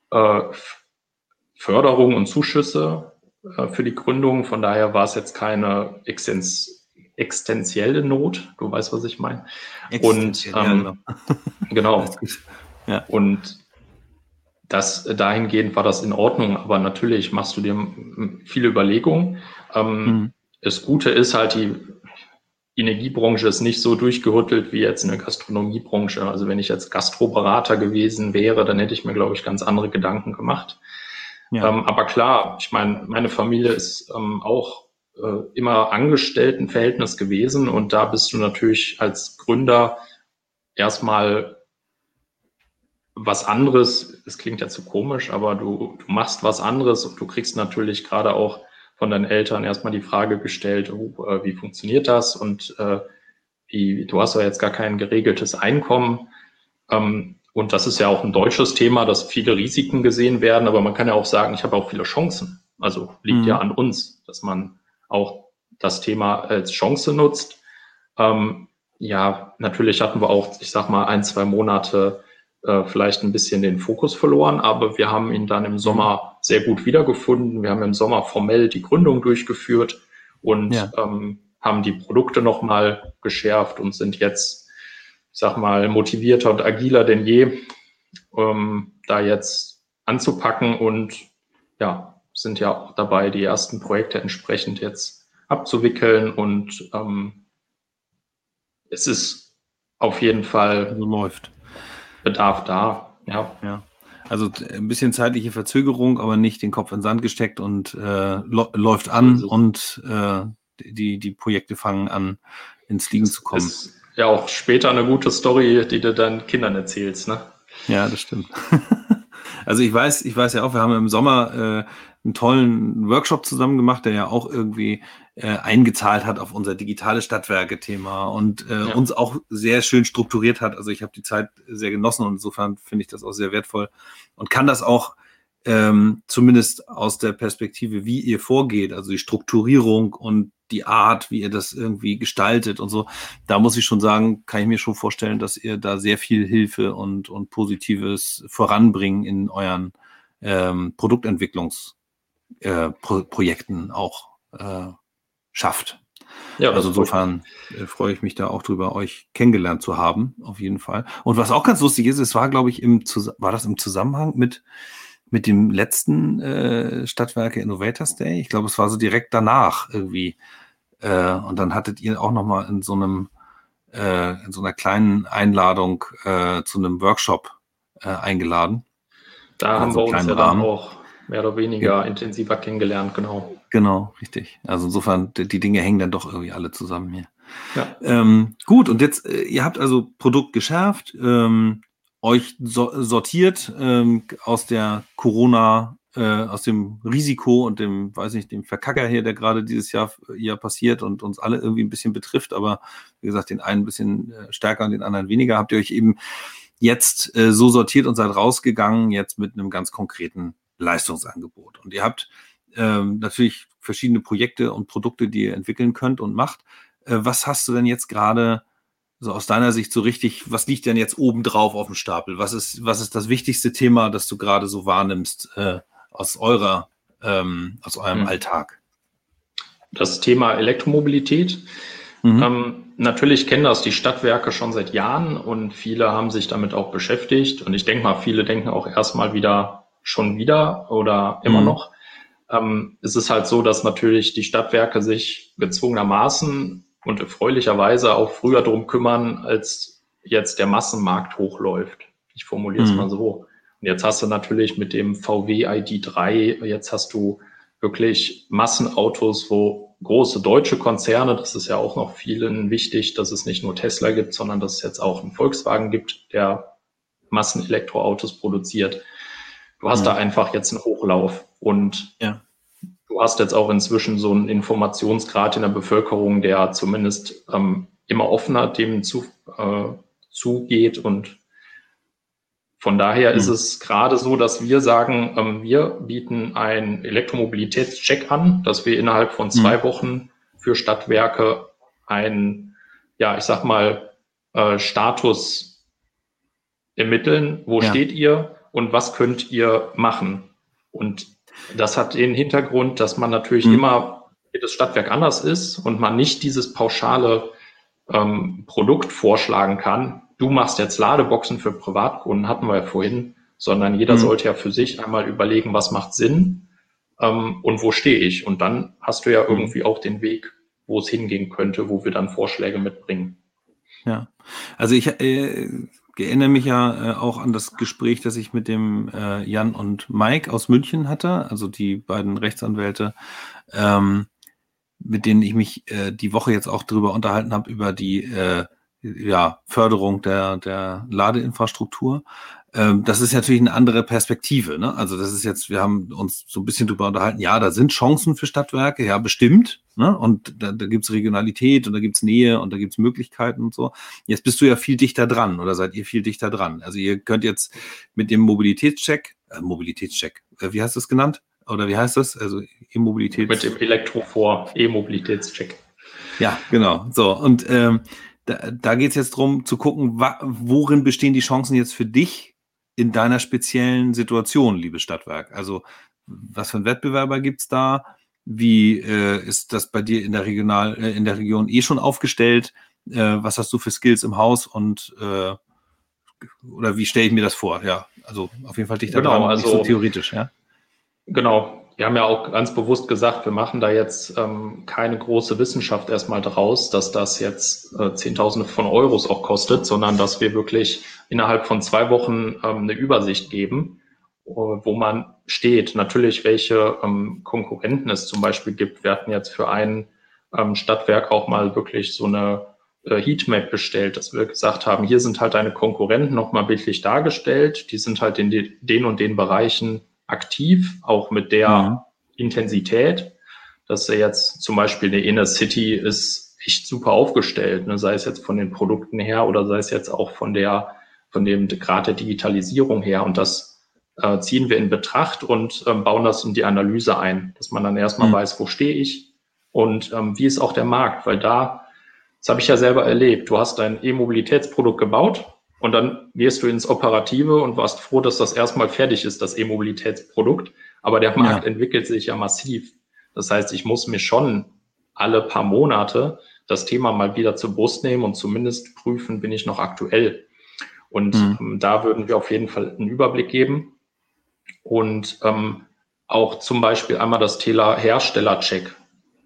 Förderung und Zuschüsse für die Gründung, von daher war es jetzt keine existenzielle Not, du weißt, was ich meine. Und genau. Ja. Und dahingehend war das in Ordnung, aber natürlich machst du dir viele Überlegungen. Das Gute ist halt, die Energiebranche ist nicht so durchgerüttelt wie jetzt in der Gastronomiebranche. Also wenn ich jetzt Gastroberater gewesen wäre, dann hätte ich mir, glaube ich, ganz andere Gedanken gemacht. Ja. Aber klar, ich meine, meine Familie ist auch immer Angestelltenverhältnis gewesen und da bist du natürlich als Gründer erstmal was anderes. Es klingt ja zu komisch, aber du machst was anderes und du kriegst natürlich gerade auch von deinen Eltern erstmal die Frage gestellt, wie funktioniert das und du hast ja jetzt gar kein geregeltes Einkommen. Und das ist ja auch ein deutsches Thema, dass viele Risiken gesehen werden, aber man kann ja auch sagen, ich habe auch viele Chancen. Also liegt ja an uns, dass man auch das Thema als Chance nutzt. Ja, natürlich hatten wir auch, ich sag mal, 1-2 Monate vielleicht ein bisschen den Fokus verloren, aber wir haben ihn dann im Sommer sehr gut wiedergefunden. Wir haben im Sommer formell die Gründung durchgeführt und haben die Produkte nochmal geschärft und sind jetzt, ich sag mal, motivierter und agiler denn je, da jetzt anzupacken und ja, sind ja auch dabei, die ersten Projekte entsprechend jetzt abzuwickeln und es ist auf jeden Fall läuft. Bedarf da, ja. Also ein bisschen zeitliche Verzögerung, aber nicht den Kopf in den Sand gesteckt und läuft an und die Projekte fangen an, ins Fliegen zu kommen. Ist ja auch später eine gute Story, die du deinen Kindern erzählst, ne? Ja, das stimmt. Also ich weiß ja auch, wir haben im Sommer einen tollen Workshop zusammen gemacht, der ja auch irgendwie eingezahlt hat auf unser digitale Stadtwerke-Thema und uns auch sehr schön strukturiert hat. Also ich habe die Zeit sehr genossen und insofern finde ich das auch sehr wertvoll und kann das auch zumindest aus der Perspektive, wie ihr vorgeht, also die Strukturierung und die Art, wie ihr das irgendwie gestaltet und so, da muss ich schon sagen, kann ich mir schon vorstellen, dass ihr da sehr viel Hilfe und positives Voranbringen in euren Produktentwicklungsprojekten auch schafft. Ja, also insofern freue ich mich da auch drüber, euch kennengelernt zu haben, auf jeden Fall. Und was auch ganz lustig ist, es war, glaube ich, war das im Zusammenhang mit dem letzten Stadtwerke Innovators Day? Ich glaube, es war so direkt danach irgendwie. Und dann hattet ihr auch nochmal in so einer kleinen Einladung zu einem Workshop eingeladen. Da haben wir uns ja dann auch mehr oder weniger intensiver kennengelernt, genau. Genau, richtig. Also insofern, die Dinge hängen dann doch irgendwie alle zusammen hier. Ja. Gut, und jetzt, ihr habt also Produkt geschärft, euch sortiert aus der Corona, aus dem Risiko und dem, weiß nicht, dem Verkacker hier, der gerade dieses Jahr passiert und uns alle irgendwie ein bisschen betrifft, aber wie gesagt, den einen ein bisschen stärker und den anderen weniger, habt ihr euch eben jetzt so sortiert und seid rausgegangen, jetzt mit einem ganz konkreten Leistungsangebot. Und ihr habt natürlich verschiedene Projekte und Produkte, die ihr entwickeln könnt und macht. Was hast du denn jetzt gerade so aus deiner Sicht so richtig, was liegt denn jetzt oben drauf auf dem Stapel? Was ist das wichtigste Thema, das du gerade so wahrnimmst aus eurem Alltag? Das Thema Elektromobilität. Natürlich kennen das die Stadtwerke schon seit Jahren und viele haben sich damit auch beschäftigt. Und ich denke mal, viele denken auch erstmal schon wieder oder immer noch. Es ist halt so, dass natürlich die Stadtwerke sich gezwungenermaßen und erfreulicherweise auch früher darum kümmern, als jetzt der Massenmarkt hochläuft. Ich formuliere es mal so. Und jetzt hast du natürlich mit dem VW ID.3, jetzt hast du wirklich Massenautos, wo große deutsche Konzerne, das ist ja auch noch vielen wichtig, dass es nicht nur Tesla gibt, sondern dass es jetzt auch einen Volkswagen gibt, der Massenelektroautos produziert. Du hast da einfach jetzt einen Hochlauf und du hast jetzt auch inzwischen so einen Informationsgrad in der Bevölkerung, der zumindest immer offener dem zugeht, und von daher ist es gerade so, dass wir sagen, wir bieten einen Elektromobilitätscheck an, dass wir innerhalb von 2 Wochen für Stadtwerke einen, ja, ich sag mal, Status ermitteln. Wo steht ihr und was könnt ihr machen? Und das hat den Hintergrund, dass man natürlich immer jedes Stadtwerk anders ist und man nicht dieses pauschale Produkt vorschlagen kann. Du machst jetzt Ladeboxen für Privatkunden, hatten wir ja vorhin, sondern jeder sollte ja für sich einmal überlegen, was macht Sinn und wo stehe ich. Und dann hast du ja irgendwie auch den Weg, wo es hingehen könnte, wo wir dann Vorschläge mitbringen. Ja, also ich erinnere mich ja auch an das Gespräch, das ich mit dem Jan und Mike aus München hatte, also die beiden Rechtsanwälte, mit denen ich mich die Woche jetzt auch drüber unterhalten habe, über die Förderung der Ladeinfrastruktur. Das ist natürlich eine andere Perspektive, ne? Also das ist jetzt, wir haben uns so ein bisschen drüber unterhalten, ja, da sind Chancen für Stadtwerke, ja, bestimmt, ne? Und da gibt's Regionalität und da gibt's Nähe und da gibt's Möglichkeiten und so. Jetzt bist du ja viel dichter dran oder seid ihr viel dichter dran? Also ihr könnt jetzt mit dem Mobilitätscheck, wie hast du es genannt? Oder wie heißt das? Also E-Mobilität. Mit dem Elektrofor E-Mobilitätscheck. Ja, genau. So, und da geht es jetzt drum zu gucken, worin bestehen die Chancen jetzt für dich in deiner speziellen Situation, liebes Stadtwerk? Also was für einen Wettbewerber gibt's da? Wie ist das bei dir in der Region schon aufgestellt? Was hast du für Skills im Haus und oder wie stelle ich mir das vor? Ja, also auf jeden Fall dichter dran, nicht so theoretisch, ja? Genau. Wir haben ja auch ganz bewusst gesagt, wir machen da jetzt keine große Wissenschaft erstmal draus, dass das jetzt Zehntausende von Euros auch kostet, sondern dass wir wirklich innerhalb von 2 Wochen eine Übersicht geben, wo man steht. Natürlich, welche Konkurrenten es zum Beispiel gibt. Wir hatten jetzt für ein Stadtwerk auch mal wirklich so eine Heatmap bestellt, dass wir gesagt haben, hier sind halt deine Konkurrenten nochmal bildlich dargestellt. Die sind halt in den und den Bereichen aktiv, auch mit der Intensität, dass er jetzt zum Beispiel eine Inner City ist echt super aufgestellt, ne? Sei es jetzt von den Produkten her oder sei es jetzt auch von dem Grad der Digitalisierung her. Und das ziehen wir in Betracht und bauen das in die Analyse ein, dass man dann erstmal weiß, wo stehe ich und wie ist auch der Markt, weil das habe ich ja selber erlebt. Du hast dein E-Mobilitätsprodukt gebaut und dann gehst du ins Operative und warst froh, dass das erstmal fertig ist, das E-Mobilitätsprodukt. Aber der Markt entwickelt sich ja massiv. Das heißt, ich muss mir schon alle paar Monate das Thema mal wieder zur Brust nehmen und zumindest prüfen, bin ich noch aktuell. Und da würden wir auf jeden Fall einen Überblick geben. Und auch zum Beispiel einmal das Thema Herstellercheck.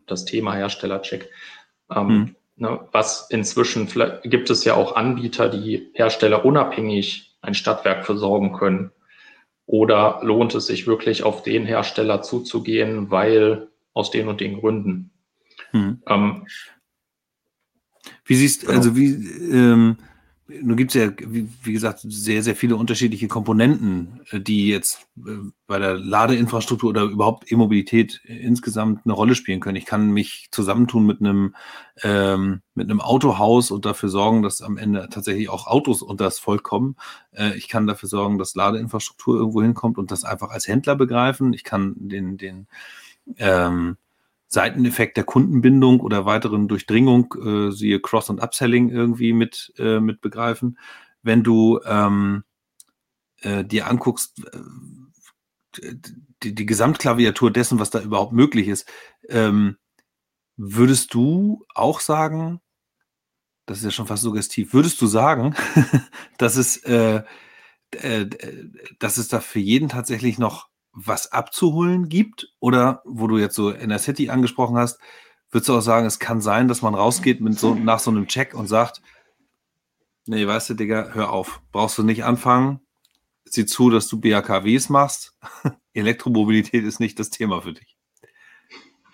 Was inzwischen, vielleicht gibt es ja auch Anbieter, die herstellerunabhängig ein Stadtwerk versorgen können. Oder lohnt es sich wirklich auf den Hersteller zuzugehen, weil aus den und den Gründen? Wie siehst du, also nun gibt es ja, wie gesagt, sehr, sehr viele unterschiedliche Komponenten, die jetzt bei der Ladeinfrastruktur oder überhaupt E-Mobilität insgesamt eine Rolle spielen können. Ich kann mich zusammentun mit einem Autohaus und dafür sorgen, dass am Ende tatsächlich auch Autos unter das Volk kommen. Ich kann dafür sorgen, dass Ladeinfrastruktur irgendwo hinkommt und das einfach als Händler begreifen. Ich kann den Seiteneffekt der Kundenbindung oder weiteren Durchdringung, siehe Cross- und Upselling irgendwie mit begreifen. Wenn du dir anguckst, die Gesamtklaviatur dessen, was da überhaupt möglich ist, würdest du auch sagen, das ist ja schon fast suggestiv, würdest du sagen, dass es da für jeden tatsächlich noch was abzuholen gibt? Oder wo du jetzt so Inner City angesprochen hast, würdest du auch sagen, es kann sein, dass man rausgeht nach so einem Check und sagt, nee, weißt du, Digga, hör auf, brauchst du nicht anfangen, sieh zu, dass du BHKWs machst, Elektromobilität ist nicht das Thema für dich.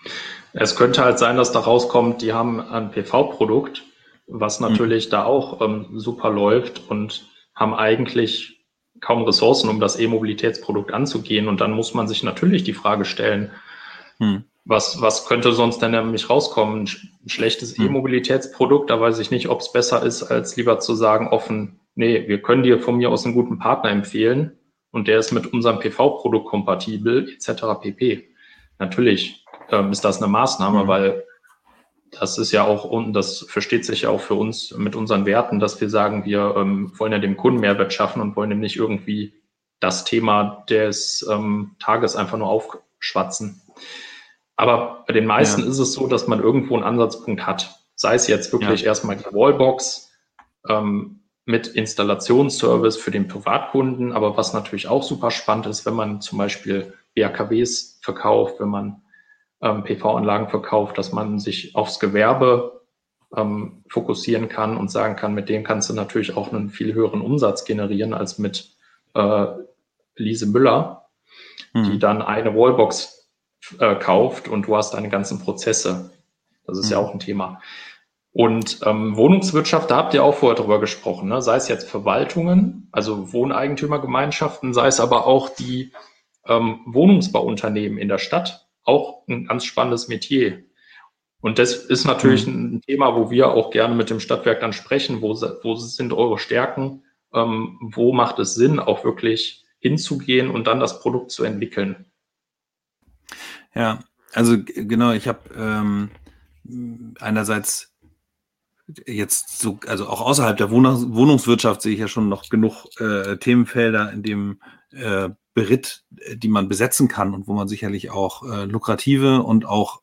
Es könnte halt sein, dass da rauskommt, die haben ein PV-Produkt, was natürlich da auch super läuft und haben eigentlich kaum Ressourcen, um das E-Mobilitätsprodukt anzugehen. Und dann muss man sich natürlich die Frage stellen, was könnte sonst denn nämlich rauskommen? Ein schlechtes E-Mobilitätsprodukt, da weiß ich nicht, ob es besser ist, als lieber zu sagen offen, nee, wir können dir von mir aus einen guten Partner empfehlen und der ist mit unserem PV-Produkt kompatibel, etc. pp. Natürlich ist das eine Maßnahme, weil das ist ja auch, und das versteht sich ja auch für uns mit unseren Werten, dass wir sagen, wir wollen ja dem Kunden Mehrwert schaffen und wollen ihm nicht irgendwie das Thema des Tages einfach nur aufschwatzen. Aber bei den meisten ist es so, dass man irgendwo einen Ansatzpunkt hat. Sei es jetzt wirklich erstmal die Wallbox mit Installationsservice für den Privatkunden, aber was natürlich auch super spannend ist, wenn man zum Beispiel BHKWs verkauft, wenn man PV-Anlagen verkauft, dass man sich aufs Gewerbe fokussieren kann und sagen kann, mit dem kannst du natürlich auch einen viel höheren Umsatz generieren als mit Lise Müller, die dann eine Wallbox kauft und du hast deine ganzen Prozesse. Das ist ja auch ein Thema. Und Wohnungswirtschaft, da habt ihr auch vorher drüber gesprochen, ne? Sei es jetzt Verwaltungen, also Wohneigentümergemeinschaften, sei es aber auch die Wohnungsbauunternehmen in der Stadt, auch ein ganz spannendes Metier. Und das ist natürlich ein Thema, wo wir auch gerne mit dem Stadtwerk dann sprechen, wo sind eure Stärken, wo macht es Sinn, auch wirklich hinzugehen und dann das Produkt zu entwickeln. Ja, also genau, ich habe einerseits jetzt so, also auch außerhalb der Wohnungswirtschaft sehe ich ja schon noch genug Themenfelder in dem Beritt, die man besetzen kann und wo man sicherlich auch lukrative und auch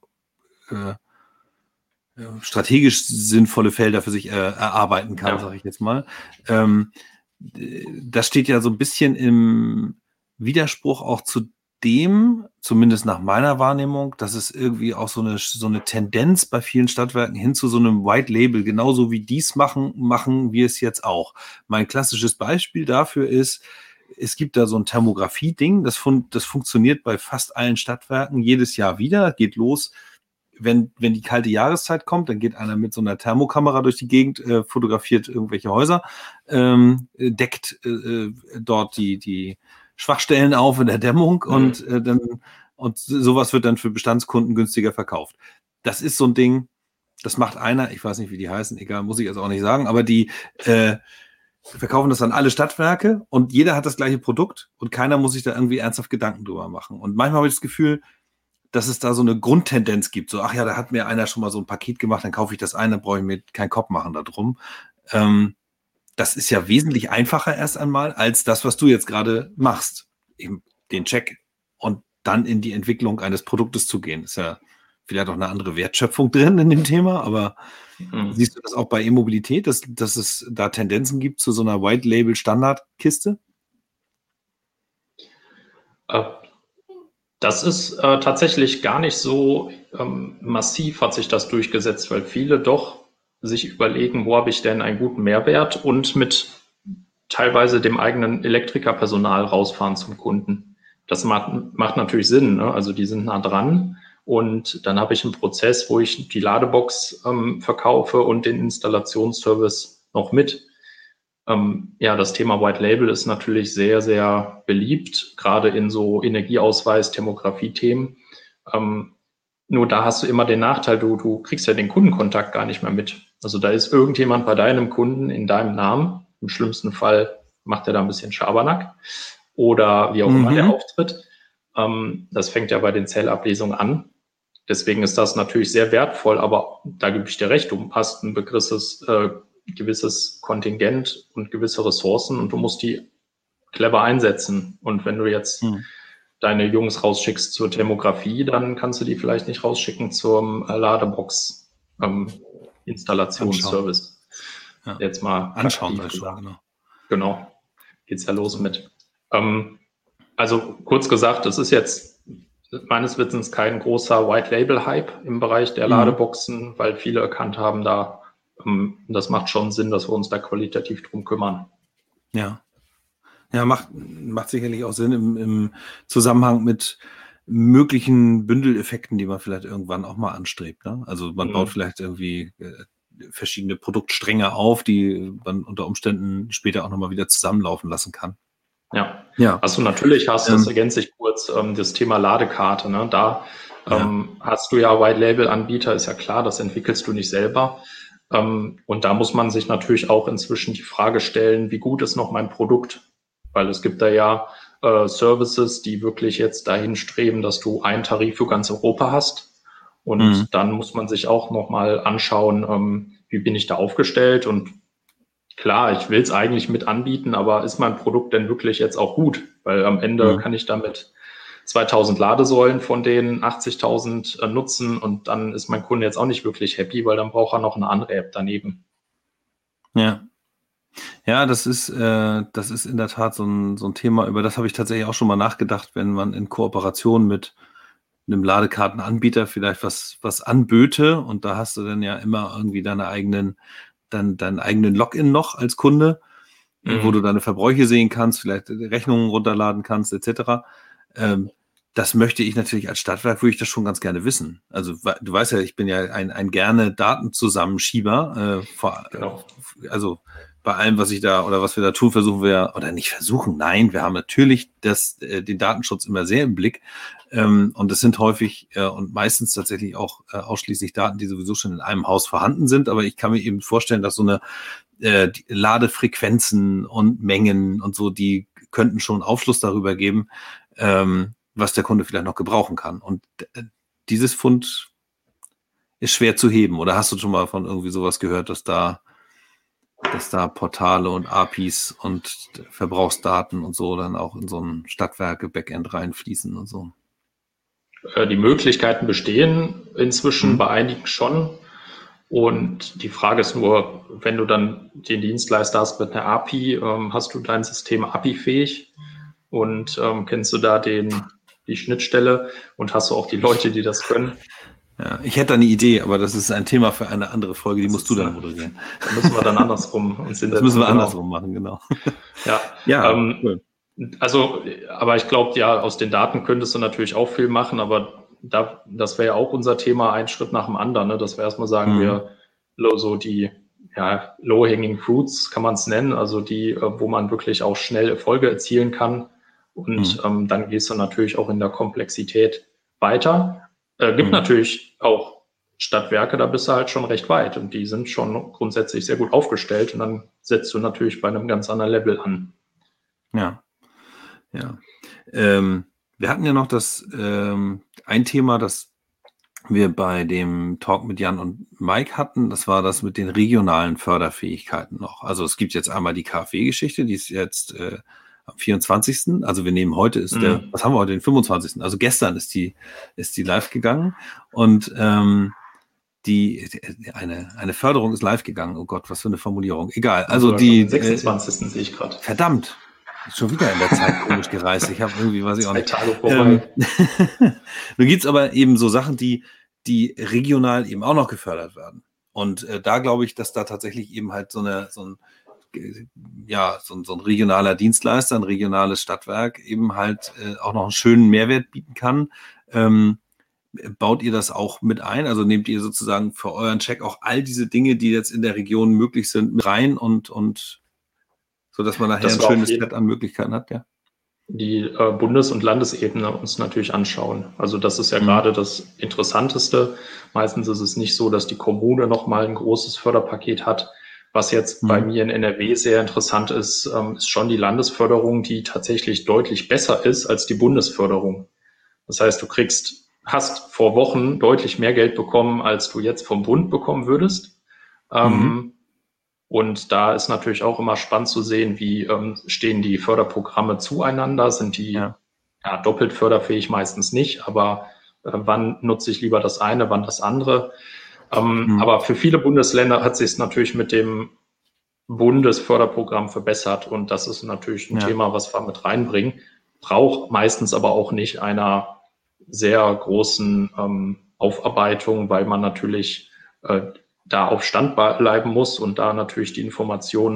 strategisch sinnvolle Felder für sich erarbeiten kann, sage ich jetzt mal. Das steht ja so ein bisschen im Widerspruch auch zu dem, zumindest nach meiner Wahrnehmung, dass es irgendwie auch so eine Tendenz bei vielen Stadtwerken hin zu so einem White Label, genauso wie dies machen wir es jetzt auch. Mein klassisches Beispiel dafür ist, es gibt da so ein Thermografie-Ding, das funktioniert bei fast allen Stadtwerken jedes Jahr wieder, geht los. Wenn die kalte Jahreszeit kommt, dann geht einer mit so einer Thermokamera durch die Gegend, fotografiert irgendwelche Häuser, deckt dort die Schwachstellen auf in der Dämmung und sowas wird dann für Bestandskunden günstiger verkauft. Das ist so ein Ding, das macht einer, ich weiß nicht, wie die heißen, egal, muss ich jetzt auch nicht sagen, aber die verkaufen das an alle Stadtwerke und jeder hat das gleiche Produkt und keiner muss sich da irgendwie ernsthaft Gedanken drüber machen. Und manchmal habe ich das Gefühl, dass es da so eine Grundtendenz gibt. So, ach ja, da hat mir einer schon mal so ein Paket gemacht, dann kaufe ich das ein, dann brauche ich mir keinen Kopf machen darum. Das ist ja wesentlich einfacher erst einmal als das, was du jetzt gerade machst. Eben den Check und dann in die Entwicklung eines Produktes zu gehen. Ist ja vielleicht auch eine andere Wertschöpfung drin in dem Thema, aber siehst du das auch bei E-Mobilität, dass es da Tendenzen gibt zu so einer White-Label-Standardkiste? Das ist tatsächlich gar nicht so massiv hat sich das durchgesetzt, weil viele doch sich überlegen, wo habe ich denn einen guten Mehrwert und mit teilweise dem eigenen Elektrikerpersonal rausfahren zum Kunden. Das macht natürlich Sinn, ne? Also die sind nah dran und dann habe ich einen Prozess, wo ich die Ladebox verkaufe und den Installationsservice noch mit. Ja, das Thema White Label ist natürlich sehr, sehr beliebt, gerade in so Energieausweis, Thermografie-Themen. Nur da hast du immer den Nachteil, du kriegst ja den Kundenkontakt gar nicht mehr mit. Also da ist irgendjemand bei deinem Kunden in deinem Namen. Im schlimmsten Fall macht er da ein bisschen Schabernack oder wie auch immer der auftritt. Das fängt ja bei den Zellablesungen an. Deswegen ist das natürlich sehr wertvoll, aber da gebe ich dir recht, du hast ein gewisses Kontingent und gewisse Ressourcen und du musst die clever einsetzen. Und wenn du jetzt deine Jungs rausschickst zur Thermografie, dann kannst du die vielleicht nicht rausschicken zum Ladebox-Installationsservice. Ja. Jetzt mal anschauen, schon, genau. Geht's ja los mit. Also kurz gesagt, das ist jetzt meines Wissens kein großer White-Label-Hype im Bereich der Ladeboxen, weil viele erkannt haben, das macht schon Sinn, dass wir uns da qualitativ drum kümmern. Ja, macht sicherlich auch Sinn im Zusammenhang mit möglichen Bündeleffekten, die man vielleicht irgendwann auch mal anstrebt. Ne? Also man baut vielleicht irgendwie verschiedene Produktstränge auf, die man unter Umständen später auch nochmal wieder zusammenlaufen lassen kann. Ja. Also natürlich hast du, das ergänze ich kurz, das Thema Ladekarte. Ne? Da hast du ja White-Label-Anbieter, ist ja klar, das entwickelst du nicht selber. Und da muss man sich natürlich auch inzwischen die Frage stellen, wie gut ist noch mein Produkt? Weil es gibt da ja Services, die wirklich jetzt dahin streben, dass du einen Tarif für ganz Europa hast. Und dann muss man sich auch nochmal anschauen, wie bin ich da aufgestellt? Und klar, ich will es eigentlich mit anbieten, aber ist mein Produkt denn wirklich jetzt auch gut? Weil am Ende kann ich damit 2000 Ladesäulen von den 80.000 nutzen und dann ist mein Kunde jetzt auch nicht wirklich happy, weil dann braucht er noch eine andere App daneben. Ja. Ja, das ist in der Tat so ein Thema, über das habe ich tatsächlich auch schon mal nachgedacht, wenn man in Kooperation mit einem Ladekartenanbieter vielleicht was anböte und da hast du dann ja immer irgendwie deinen eigenen Login noch als Kunde, wo du deine Verbräuche sehen kannst, vielleicht Rechnungen runterladen kannst, etc. Das möchte ich natürlich als Stadtwerk, würde ich das schon ganz gerne wissen. Also du weißt ja, ich bin ja ein gerne Datenzusammenschieber. Genau. Also bei allem, was wir da tun, versuchen wir, oder nicht versuchen, nein, wir haben natürlich den Datenschutz immer sehr im Blick. Und es sind häufig und meistens tatsächlich auch ausschließlich Daten, die sowieso schon in einem Haus vorhanden sind. Aber ich kann mir eben vorstellen, dass so eine die Ladefrequenzen und Mengen und so, die könnten schon Aufschluss darüber geben, was der Kunde vielleicht noch gebrauchen kann. Und dieses Fund ist schwer zu heben. Oder hast du schon mal von irgendwie sowas gehört, dass da Portale und APIs und Verbrauchsdaten und so dann auch in so ein Stadtwerke-Backend reinfließen und so? Die Möglichkeiten bestehen inzwischen bei einigen schon. Und die Frage ist nur, wenn du dann den Dienstleister hast mit einer API, hast du dein System API-fähig und kennst du da die Schnittstelle und hast du auch die Leute, die das können? Ja, ich hätte eine Idee, aber das ist ein Thema für eine andere Folge, die musst du dann moderieren. Da müssen wir dann andersrum uns hinsetzen. Das müssen wir andersrum machen, genau. Ja, cool. Also, aber ich glaube, ja, aus den Daten könntest du natürlich auch viel machen, aber das wäre ja auch unser Thema, ein Schritt nach dem anderen, ne? Dass wir erstmal sagen, wir so die low-hanging fruits kann man es nennen, also die, wo man wirklich auch schnell Erfolge erzielen kann. Und dann gehst du natürlich auch in der Komplexität weiter. Gibt natürlich auch Stadtwerke, da bist du halt schon recht weit und die sind schon grundsätzlich sehr gut aufgestellt und dann setzt du natürlich bei einem ganz anderen Level an. Ja. Wir hatten ja noch ein Thema, das wir bei dem Talk mit Jan und Mike hatten, das war das mit den regionalen Förderfähigkeiten noch. Also es gibt jetzt einmal die KfW-Geschichte, die ist jetzt am 24. Also wir nehmen heute was haben wir heute, den 25. Also gestern ist die live gegangen und eine Förderung ist live gegangen. Oh Gott, was für eine Formulierung. Egal. Also die 26. Sehe ich gerade. Verdammt. Schon wieder in der Zeit komisch gereist. Ich habe irgendwie, weiß ich auch nicht. 2 Tage vorbei. Nun gibt's aber eben so Sachen, die regional eben auch noch gefördert werden. Und da glaube ich, dass da tatsächlich eben halt so ein regionaler Dienstleister, ein regionales Stadtwerk eben halt auch noch einen schönen Mehrwert bieten kann. Baut ihr das auch mit ein? Also nehmt ihr sozusagen für euren Check auch all diese Dinge, die jetzt in der Region möglich sind, mit rein und so dass man nachher ein schönes Set an Möglichkeiten hat, ja? Die Bundes- und Landesebene uns natürlich anschauen. Also das ist ja gerade das Interessanteste. Meistens ist es nicht so, dass die Kommune nochmal ein großes Förderpaket hat. Was jetzt bei mir in NRW sehr interessant ist, ist schon die Landesförderung, die tatsächlich deutlich besser ist als die Bundesförderung. Das heißt, du hast vor Wochen deutlich mehr Geld bekommen, als du jetzt vom Bund bekommen würdest. Und da ist natürlich auch immer spannend zu sehen, wie stehen die Förderprogramme zueinander, sind die doppelt förderfähig, meistens nicht, aber wann nutze ich lieber das eine, wann das andere. Aber für viele Bundesländer hat sich es natürlich mit dem Bundesförderprogramm verbessert und das ist natürlich ein Thema, was wir mit reinbringen, braucht meistens aber auch nicht einer sehr großen Aufarbeitung, weil man natürlich da auf Stand bleiben muss und da natürlich die Informationen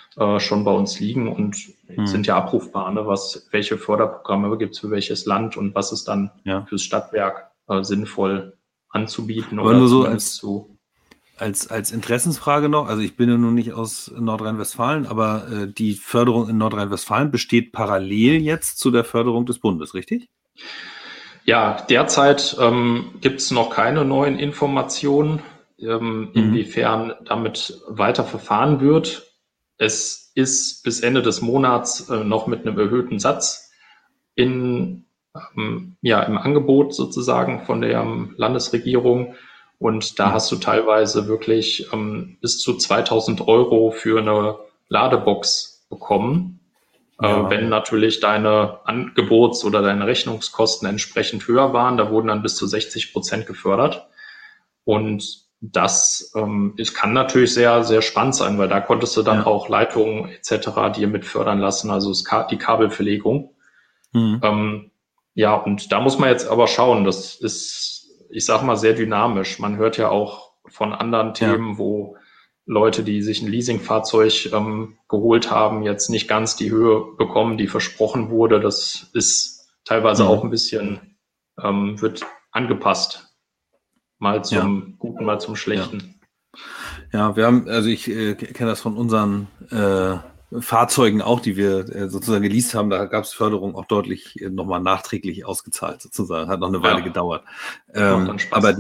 schon bei uns liegen und sind ja abrufbar, ne? Welche Förderprogramme gibt es für welches Land und was ist dann fürs Stadtwerk sinnvoll anzubieten. Aber oder nur so als Interessensfrage noch, also ich bin ja nun nicht aus Nordrhein-Westfalen, aber die Förderung in Nordrhein-Westfalen besteht parallel jetzt zu der Förderung des Bundes, richtig? Ja, derzeit gibt es noch keine neuen Informationen, inwiefern damit weiter verfahren wird. Es ist bis Ende des Monats noch mit einem erhöhten Satz im Angebot sozusagen von der Landesregierung. Und da hast du teilweise wirklich bis zu 2.000 € für eine Ladebox bekommen. Wenn natürlich deine Angebots- oder deine Rechnungskosten entsprechend höher waren, da wurden dann bis zu 60% gefördert. Und das kann natürlich sehr, sehr spannend sein, weil da konntest du dann auch Leitungen etc. dir mit fördern lassen, also die Kabelverlegung. Und da muss man jetzt aber schauen, das ist, ich sag mal, sehr dynamisch. Man hört ja auch von anderen Themen, wo Leute, die sich ein Leasingfahrzeug geholt haben, jetzt nicht ganz die Höhe bekommen, die versprochen wurde. Das ist teilweise auch ein bisschen, wird angepasst. Mal zum Guten, mal zum Schlechten. Ja, ich kenne das von unseren Fahrzeugen auch, die wir sozusagen geleast haben. Da gab es Förderung auch deutlich nochmal nachträglich ausgezahlt, sozusagen. Hat noch eine Weile gedauert. Aber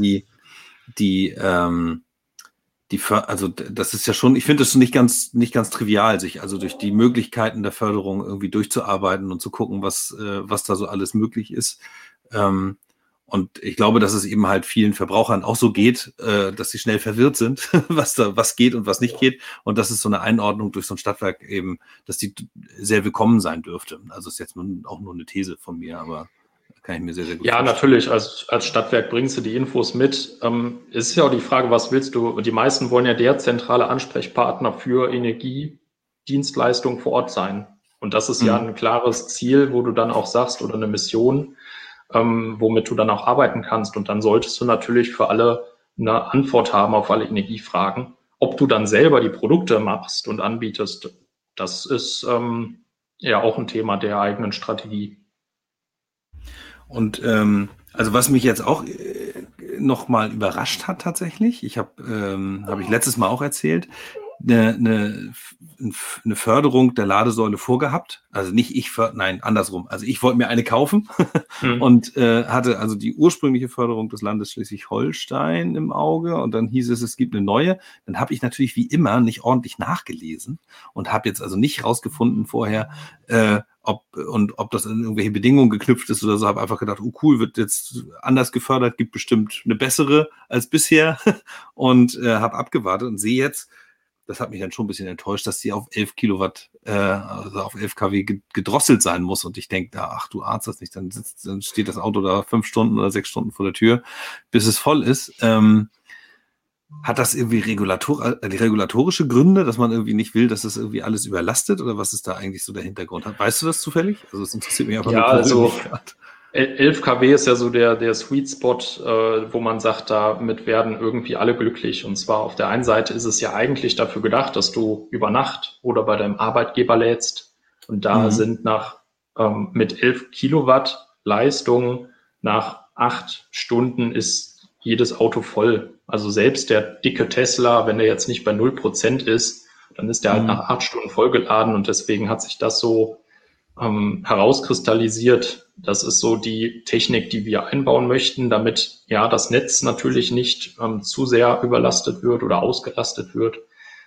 also das ist ja schon, ich finde das nicht ganz trivial, sich also durch die Möglichkeiten der Förderung irgendwie durchzuarbeiten und zu gucken, was da so alles möglich ist. Und ich glaube, dass es eben halt vielen Verbrauchern auch so geht, dass sie schnell verwirrt sind, was geht und was nicht geht. Und das ist so eine Einordnung durch so ein Stadtwerk eben, dass die sehr willkommen sein dürfte. Also ist jetzt auch nur eine These von mir, aber kann ich mir sehr, sehr gut vorstellen. Natürlich, als Stadtwerk bringst du die Infos mit. Es ist ja auch die Frage, was willst du? Die meisten wollen ja der zentrale Ansprechpartner für Energiedienstleistungen vor Ort sein. Und das ist ja ein klares Ziel, wo du dann auch sagst, oder eine Mission, womit du dann auch arbeiten kannst. Und dann solltest du natürlich für alle eine Antwort haben auf alle Energiefragen. Ob du dann selber die Produkte machst und anbietest, das ist auch ein Thema der eigenen Strategie. Und also was mich jetzt auch noch mal überrascht hat tatsächlich, habe ich letztes Mal auch erzählt, eine Förderung der Ladesäule vorgehabt. Also nicht nein, andersrum. Also ich wollte mir eine kaufen und hatte also die ursprüngliche Förderung des Landes Schleswig-Holstein im Auge und dann hieß es gibt eine neue. Dann habe ich natürlich wie immer nicht ordentlich nachgelesen und habe jetzt also nicht rausgefunden vorher, ob das in irgendwelche Bedingungen geknüpft ist oder so, habe einfach gedacht, cool, wird jetzt anders gefördert, gibt bestimmt eine bessere als bisher und habe abgewartet und sehe jetzt, das hat mich dann schon ein bisschen enttäuscht, dass die auf 11 Kilowatt, also auf 11 kW gedrosselt sein muss und ich denke, ach du Arzt das nicht, dann steht das Auto da 5 Stunden oder 6 Stunden vor der Tür, bis es voll ist. Hat das irgendwie regulatorische Gründe, dass man irgendwie nicht will, dass das irgendwie alles überlastet? Oder was ist da eigentlich so der Hintergrund? Weißt du das zufällig? Also es interessiert mich einfach nur persönlich gerade. 11 kW ist ja so der Sweet Spot, wo man sagt, damit werden irgendwie alle glücklich. Und zwar auf der einen Seite ist es ja eigentlich dafür gedacht, dass du über Nacht oder bei deinem Arbeitgeber lädst. Und da sind mit 11 Kilowatt Leistung nach 8 Stunden ist jedes Auto voll. Also selbst der dicke Tesla, wenn der jetzt nicht bei 0% ist, dann ist der halt nach 8 Stunden vollgeladen und deswegen hat sich das so herauskristallisiert. Das ist so die Technik, die wir einbauen möchten, damit das Netz natürlich nicht zu sehr überlastet wird oder ausgelastet wird.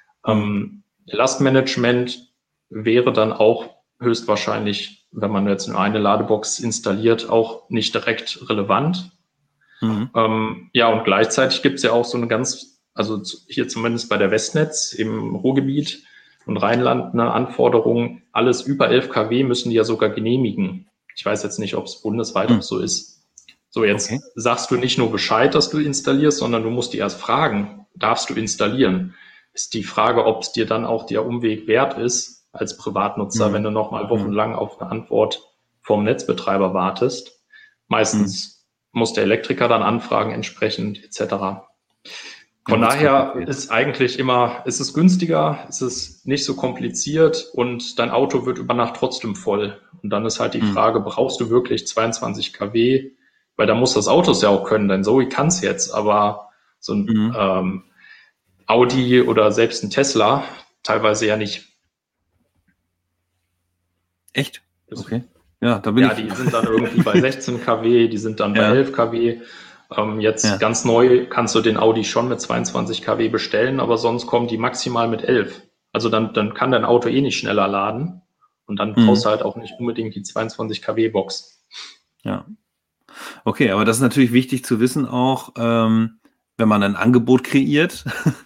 Lastmanagement wäre dann auch höchstwahrscheinlich, wenn man jetzt nur eine Ladebox installiert, auch nicht direkt relevant. Und gleichzeitig gibt es ja auch so eine also hier zumindest bei der Westnetz im Ruhrgebiet und Rheinland eine Anforderung, alles über 11 kW müssen die ja sogar genehmigen. Ich weiß jetzt nicht, ob es bundesweit auch so ist. So, jetzt sagst du nicht nur Bescheid, dass du installierst, sondern du musst die erst fragen, darfst du installieren? Ist die Frage, ob es dir dann auch der Umweg wert ist, als Privatnutzer, wenn du noch mal wochenlang auf eine Antwort vom Netzbetreiber wartest. Meistens muss der Elektriker dann anfragen entsprechend etc. Von daher ist eigentlich immer, ist es günstiger, ist es nicht so kompliziert und dein Auto wird über Nacht trotzdem voll. Und dann ist halt die Frage, brauchst du wirklich 22 kW? Weil da muss das Auto es ja auch können, denn Zoe kann es jetzt, aber so ein Audi oder selbst ein Tesla teilweise ja nicht. Echt? Okay. Ja, die sind dann irgendwie bei 16 kW, die sind dann bei 11 kW. Ganz neu kannst du den Audi schon mit 22 kW bestellen, aber sonst kommen die maximal mit 11. Also dann kann dein Auto nicht schneller laden und dann brauchst du halt auch nicht unbedingt die 22 kW Box. Ja. Okay, aber das ist natürlich wichtig zu wissen auch, wenn man ein Angebot kreiert,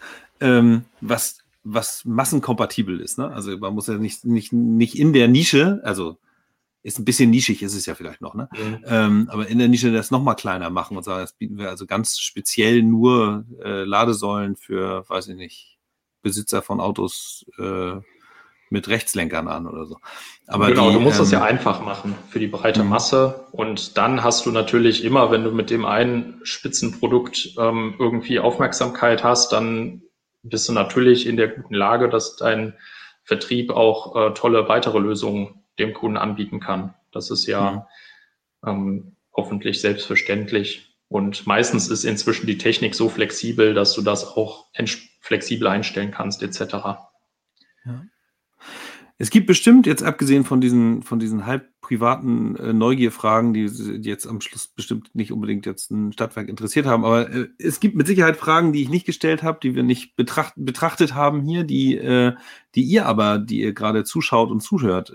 was massenkompatibel ist. Ne? Also man muss ja nicht in der Nische, also ist ein bisschen nischig, ist es ja vielleicht noch, ne? Aber in der Nische das nochmal kleiner machen und sagen, das bieten wir also ganz speziell nur Ladesäulen für, weiß ich nicht, Besitzer von Autos mit Rechtslenkern an oder so. Aber genau, du musst das ja einfach machen für die breite Masse und dann hast du natürlich immer, wenn du mit dem einen Spitzenprodukt irgendwie Aufmerksamkeit hast, dann bist du natürlich in der guten Lage, dass dein Vertrieb auch tolle weitere Lösungen dem Kunden anbieten kann. Das ist ja hoffentlich selbstverständlich. Und meistens ist inzwischen die Technik so flexibel, dass du das auch flexibel einstellen kannst, etc. Ja. Es gibt bestimmt, jetzt abgesehen von diesen halb privaten Neugierfragen, die jetzt am Schluss bestimmt nicht unbedingt jetzt ein Stadtwerk interessiert haben, aber es gibt mit Sicherheit Fragen, die ich nicht gestellt habe, die wir nicht betrachtet haben hier, die ihr gerade zuschaut und zuhört,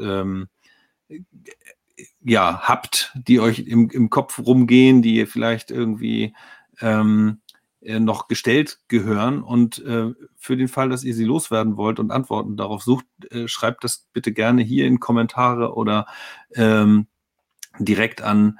habt, die euch im Kopf rumgehen, die ihr vielleicht irgendwie noch gestellt gehören und für den Fall, dass ihr sie loswerden wollt und Antworten darauf sucht, schreibt das bitte gerne hier in Kommentare oder direkt an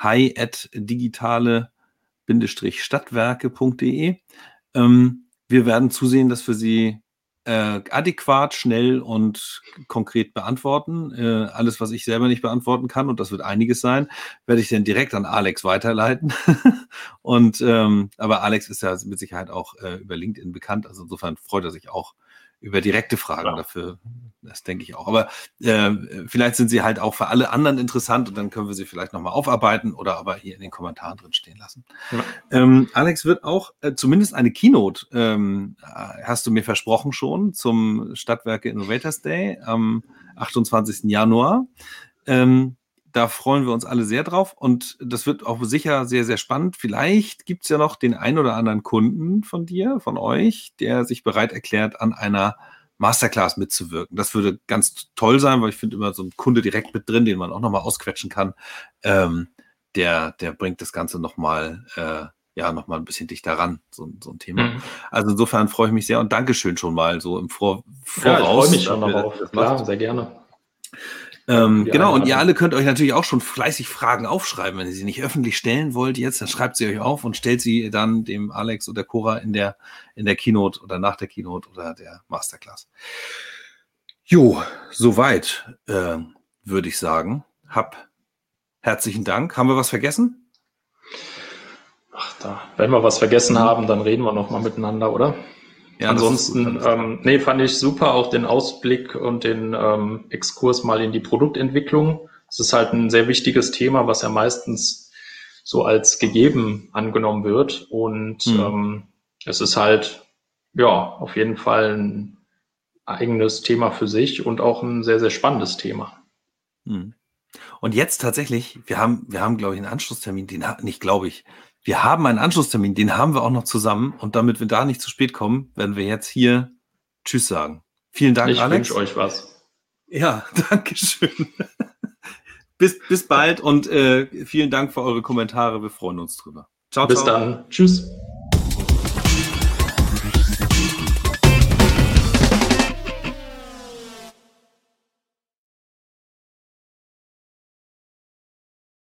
hi@digitale-stadtwerke.de. Wir werden zusehen, dass wir sie adäquat, schnell und konkret beantworten. Alles, was ich selber nicht beantworten kann, und das wird einiges sein, werde ich dann direkt an Alex weiterleiten. Und aber Alex ist ja mit Sicherheit auch über LinkedIn bekannt, also insofern freut er sich auch über direkte Fragen dafür. Das denke ich auch. Aber vielleicht sind sie halt auch für alle anderen interessant und dann können wir sie vielleicht nochmal aufarbeiten oder aber hier in den Kommentaren drin stehen lassen. Ja. Alex wird auch zumindest eine Keynote, hast du mir versprochen schon, zum Stadtwerke Innovators Day am 28. Januar. Da freuen wir uns alle sehr drauf und das wird auch sicher sehr, sehr spannend. Vielleicht gibt es ja noch den ein oder anderen Kunden von dir, von euch, der sich bereit erklärt, an einer Masterclass mitzuwirken. Das würde ganz toll sein, weil ich finde immer so ein Kunde direkt mit drin, den man auch nochmal ausquetschen kann. Der bringt das Ganze nochmal noch ein bisschen dichter ran, so ein Thema. Also insofern freue ich mich sehr und Dankeschön schon mal so im Voraus. Ja, ich freue mich auch noch auf. Klar, sehr gerne. Genau, und ihr alle könnt euch natürlich auch schon fleißig Fragen aufschreiben. Wenn ihr sie nicht öffentlich stellen wollt jetzt, dann schreibt sie euch auf und stellt sie dann dem Alex oder Cora in der Keynote oder nach der Keynote oder der Masterclass. Jo, soweit würde ich sagen. Herzlichen Dank. Haben wir was vergessen? Wenn wir was vergessen haben, dann reden wir nochmal miteinander, oder? Ja, ansonsten, fand ich super auch den Ausblick und den Exkurs mal in die Produktentwicklung. Es ist halt ein sehr wichtiges Thema, was ja meistens so als gegeben angenommen wird. Und es ist halt, auf jeden Fall ein eigenes Thema für sich und auch ein sehr, sehr spannendes Thema. Und jetzt tatsächlich, wir haben, glaube ich, einen Anschlusstermin, wir haben einen Anschlusstermin, den haben wir auch noch zusammen. Und damit wir da nicht zu spät kommen, werden wir jetzt hier Tschüss sagen. Vielen Dank, Alex. Ich wünsche euch was. Ja, danke schön. bis bald und vielen Dank für eure Kommentare. Wir freuen uns drüber. Ciao, ciao. Bis dann. Tschüss.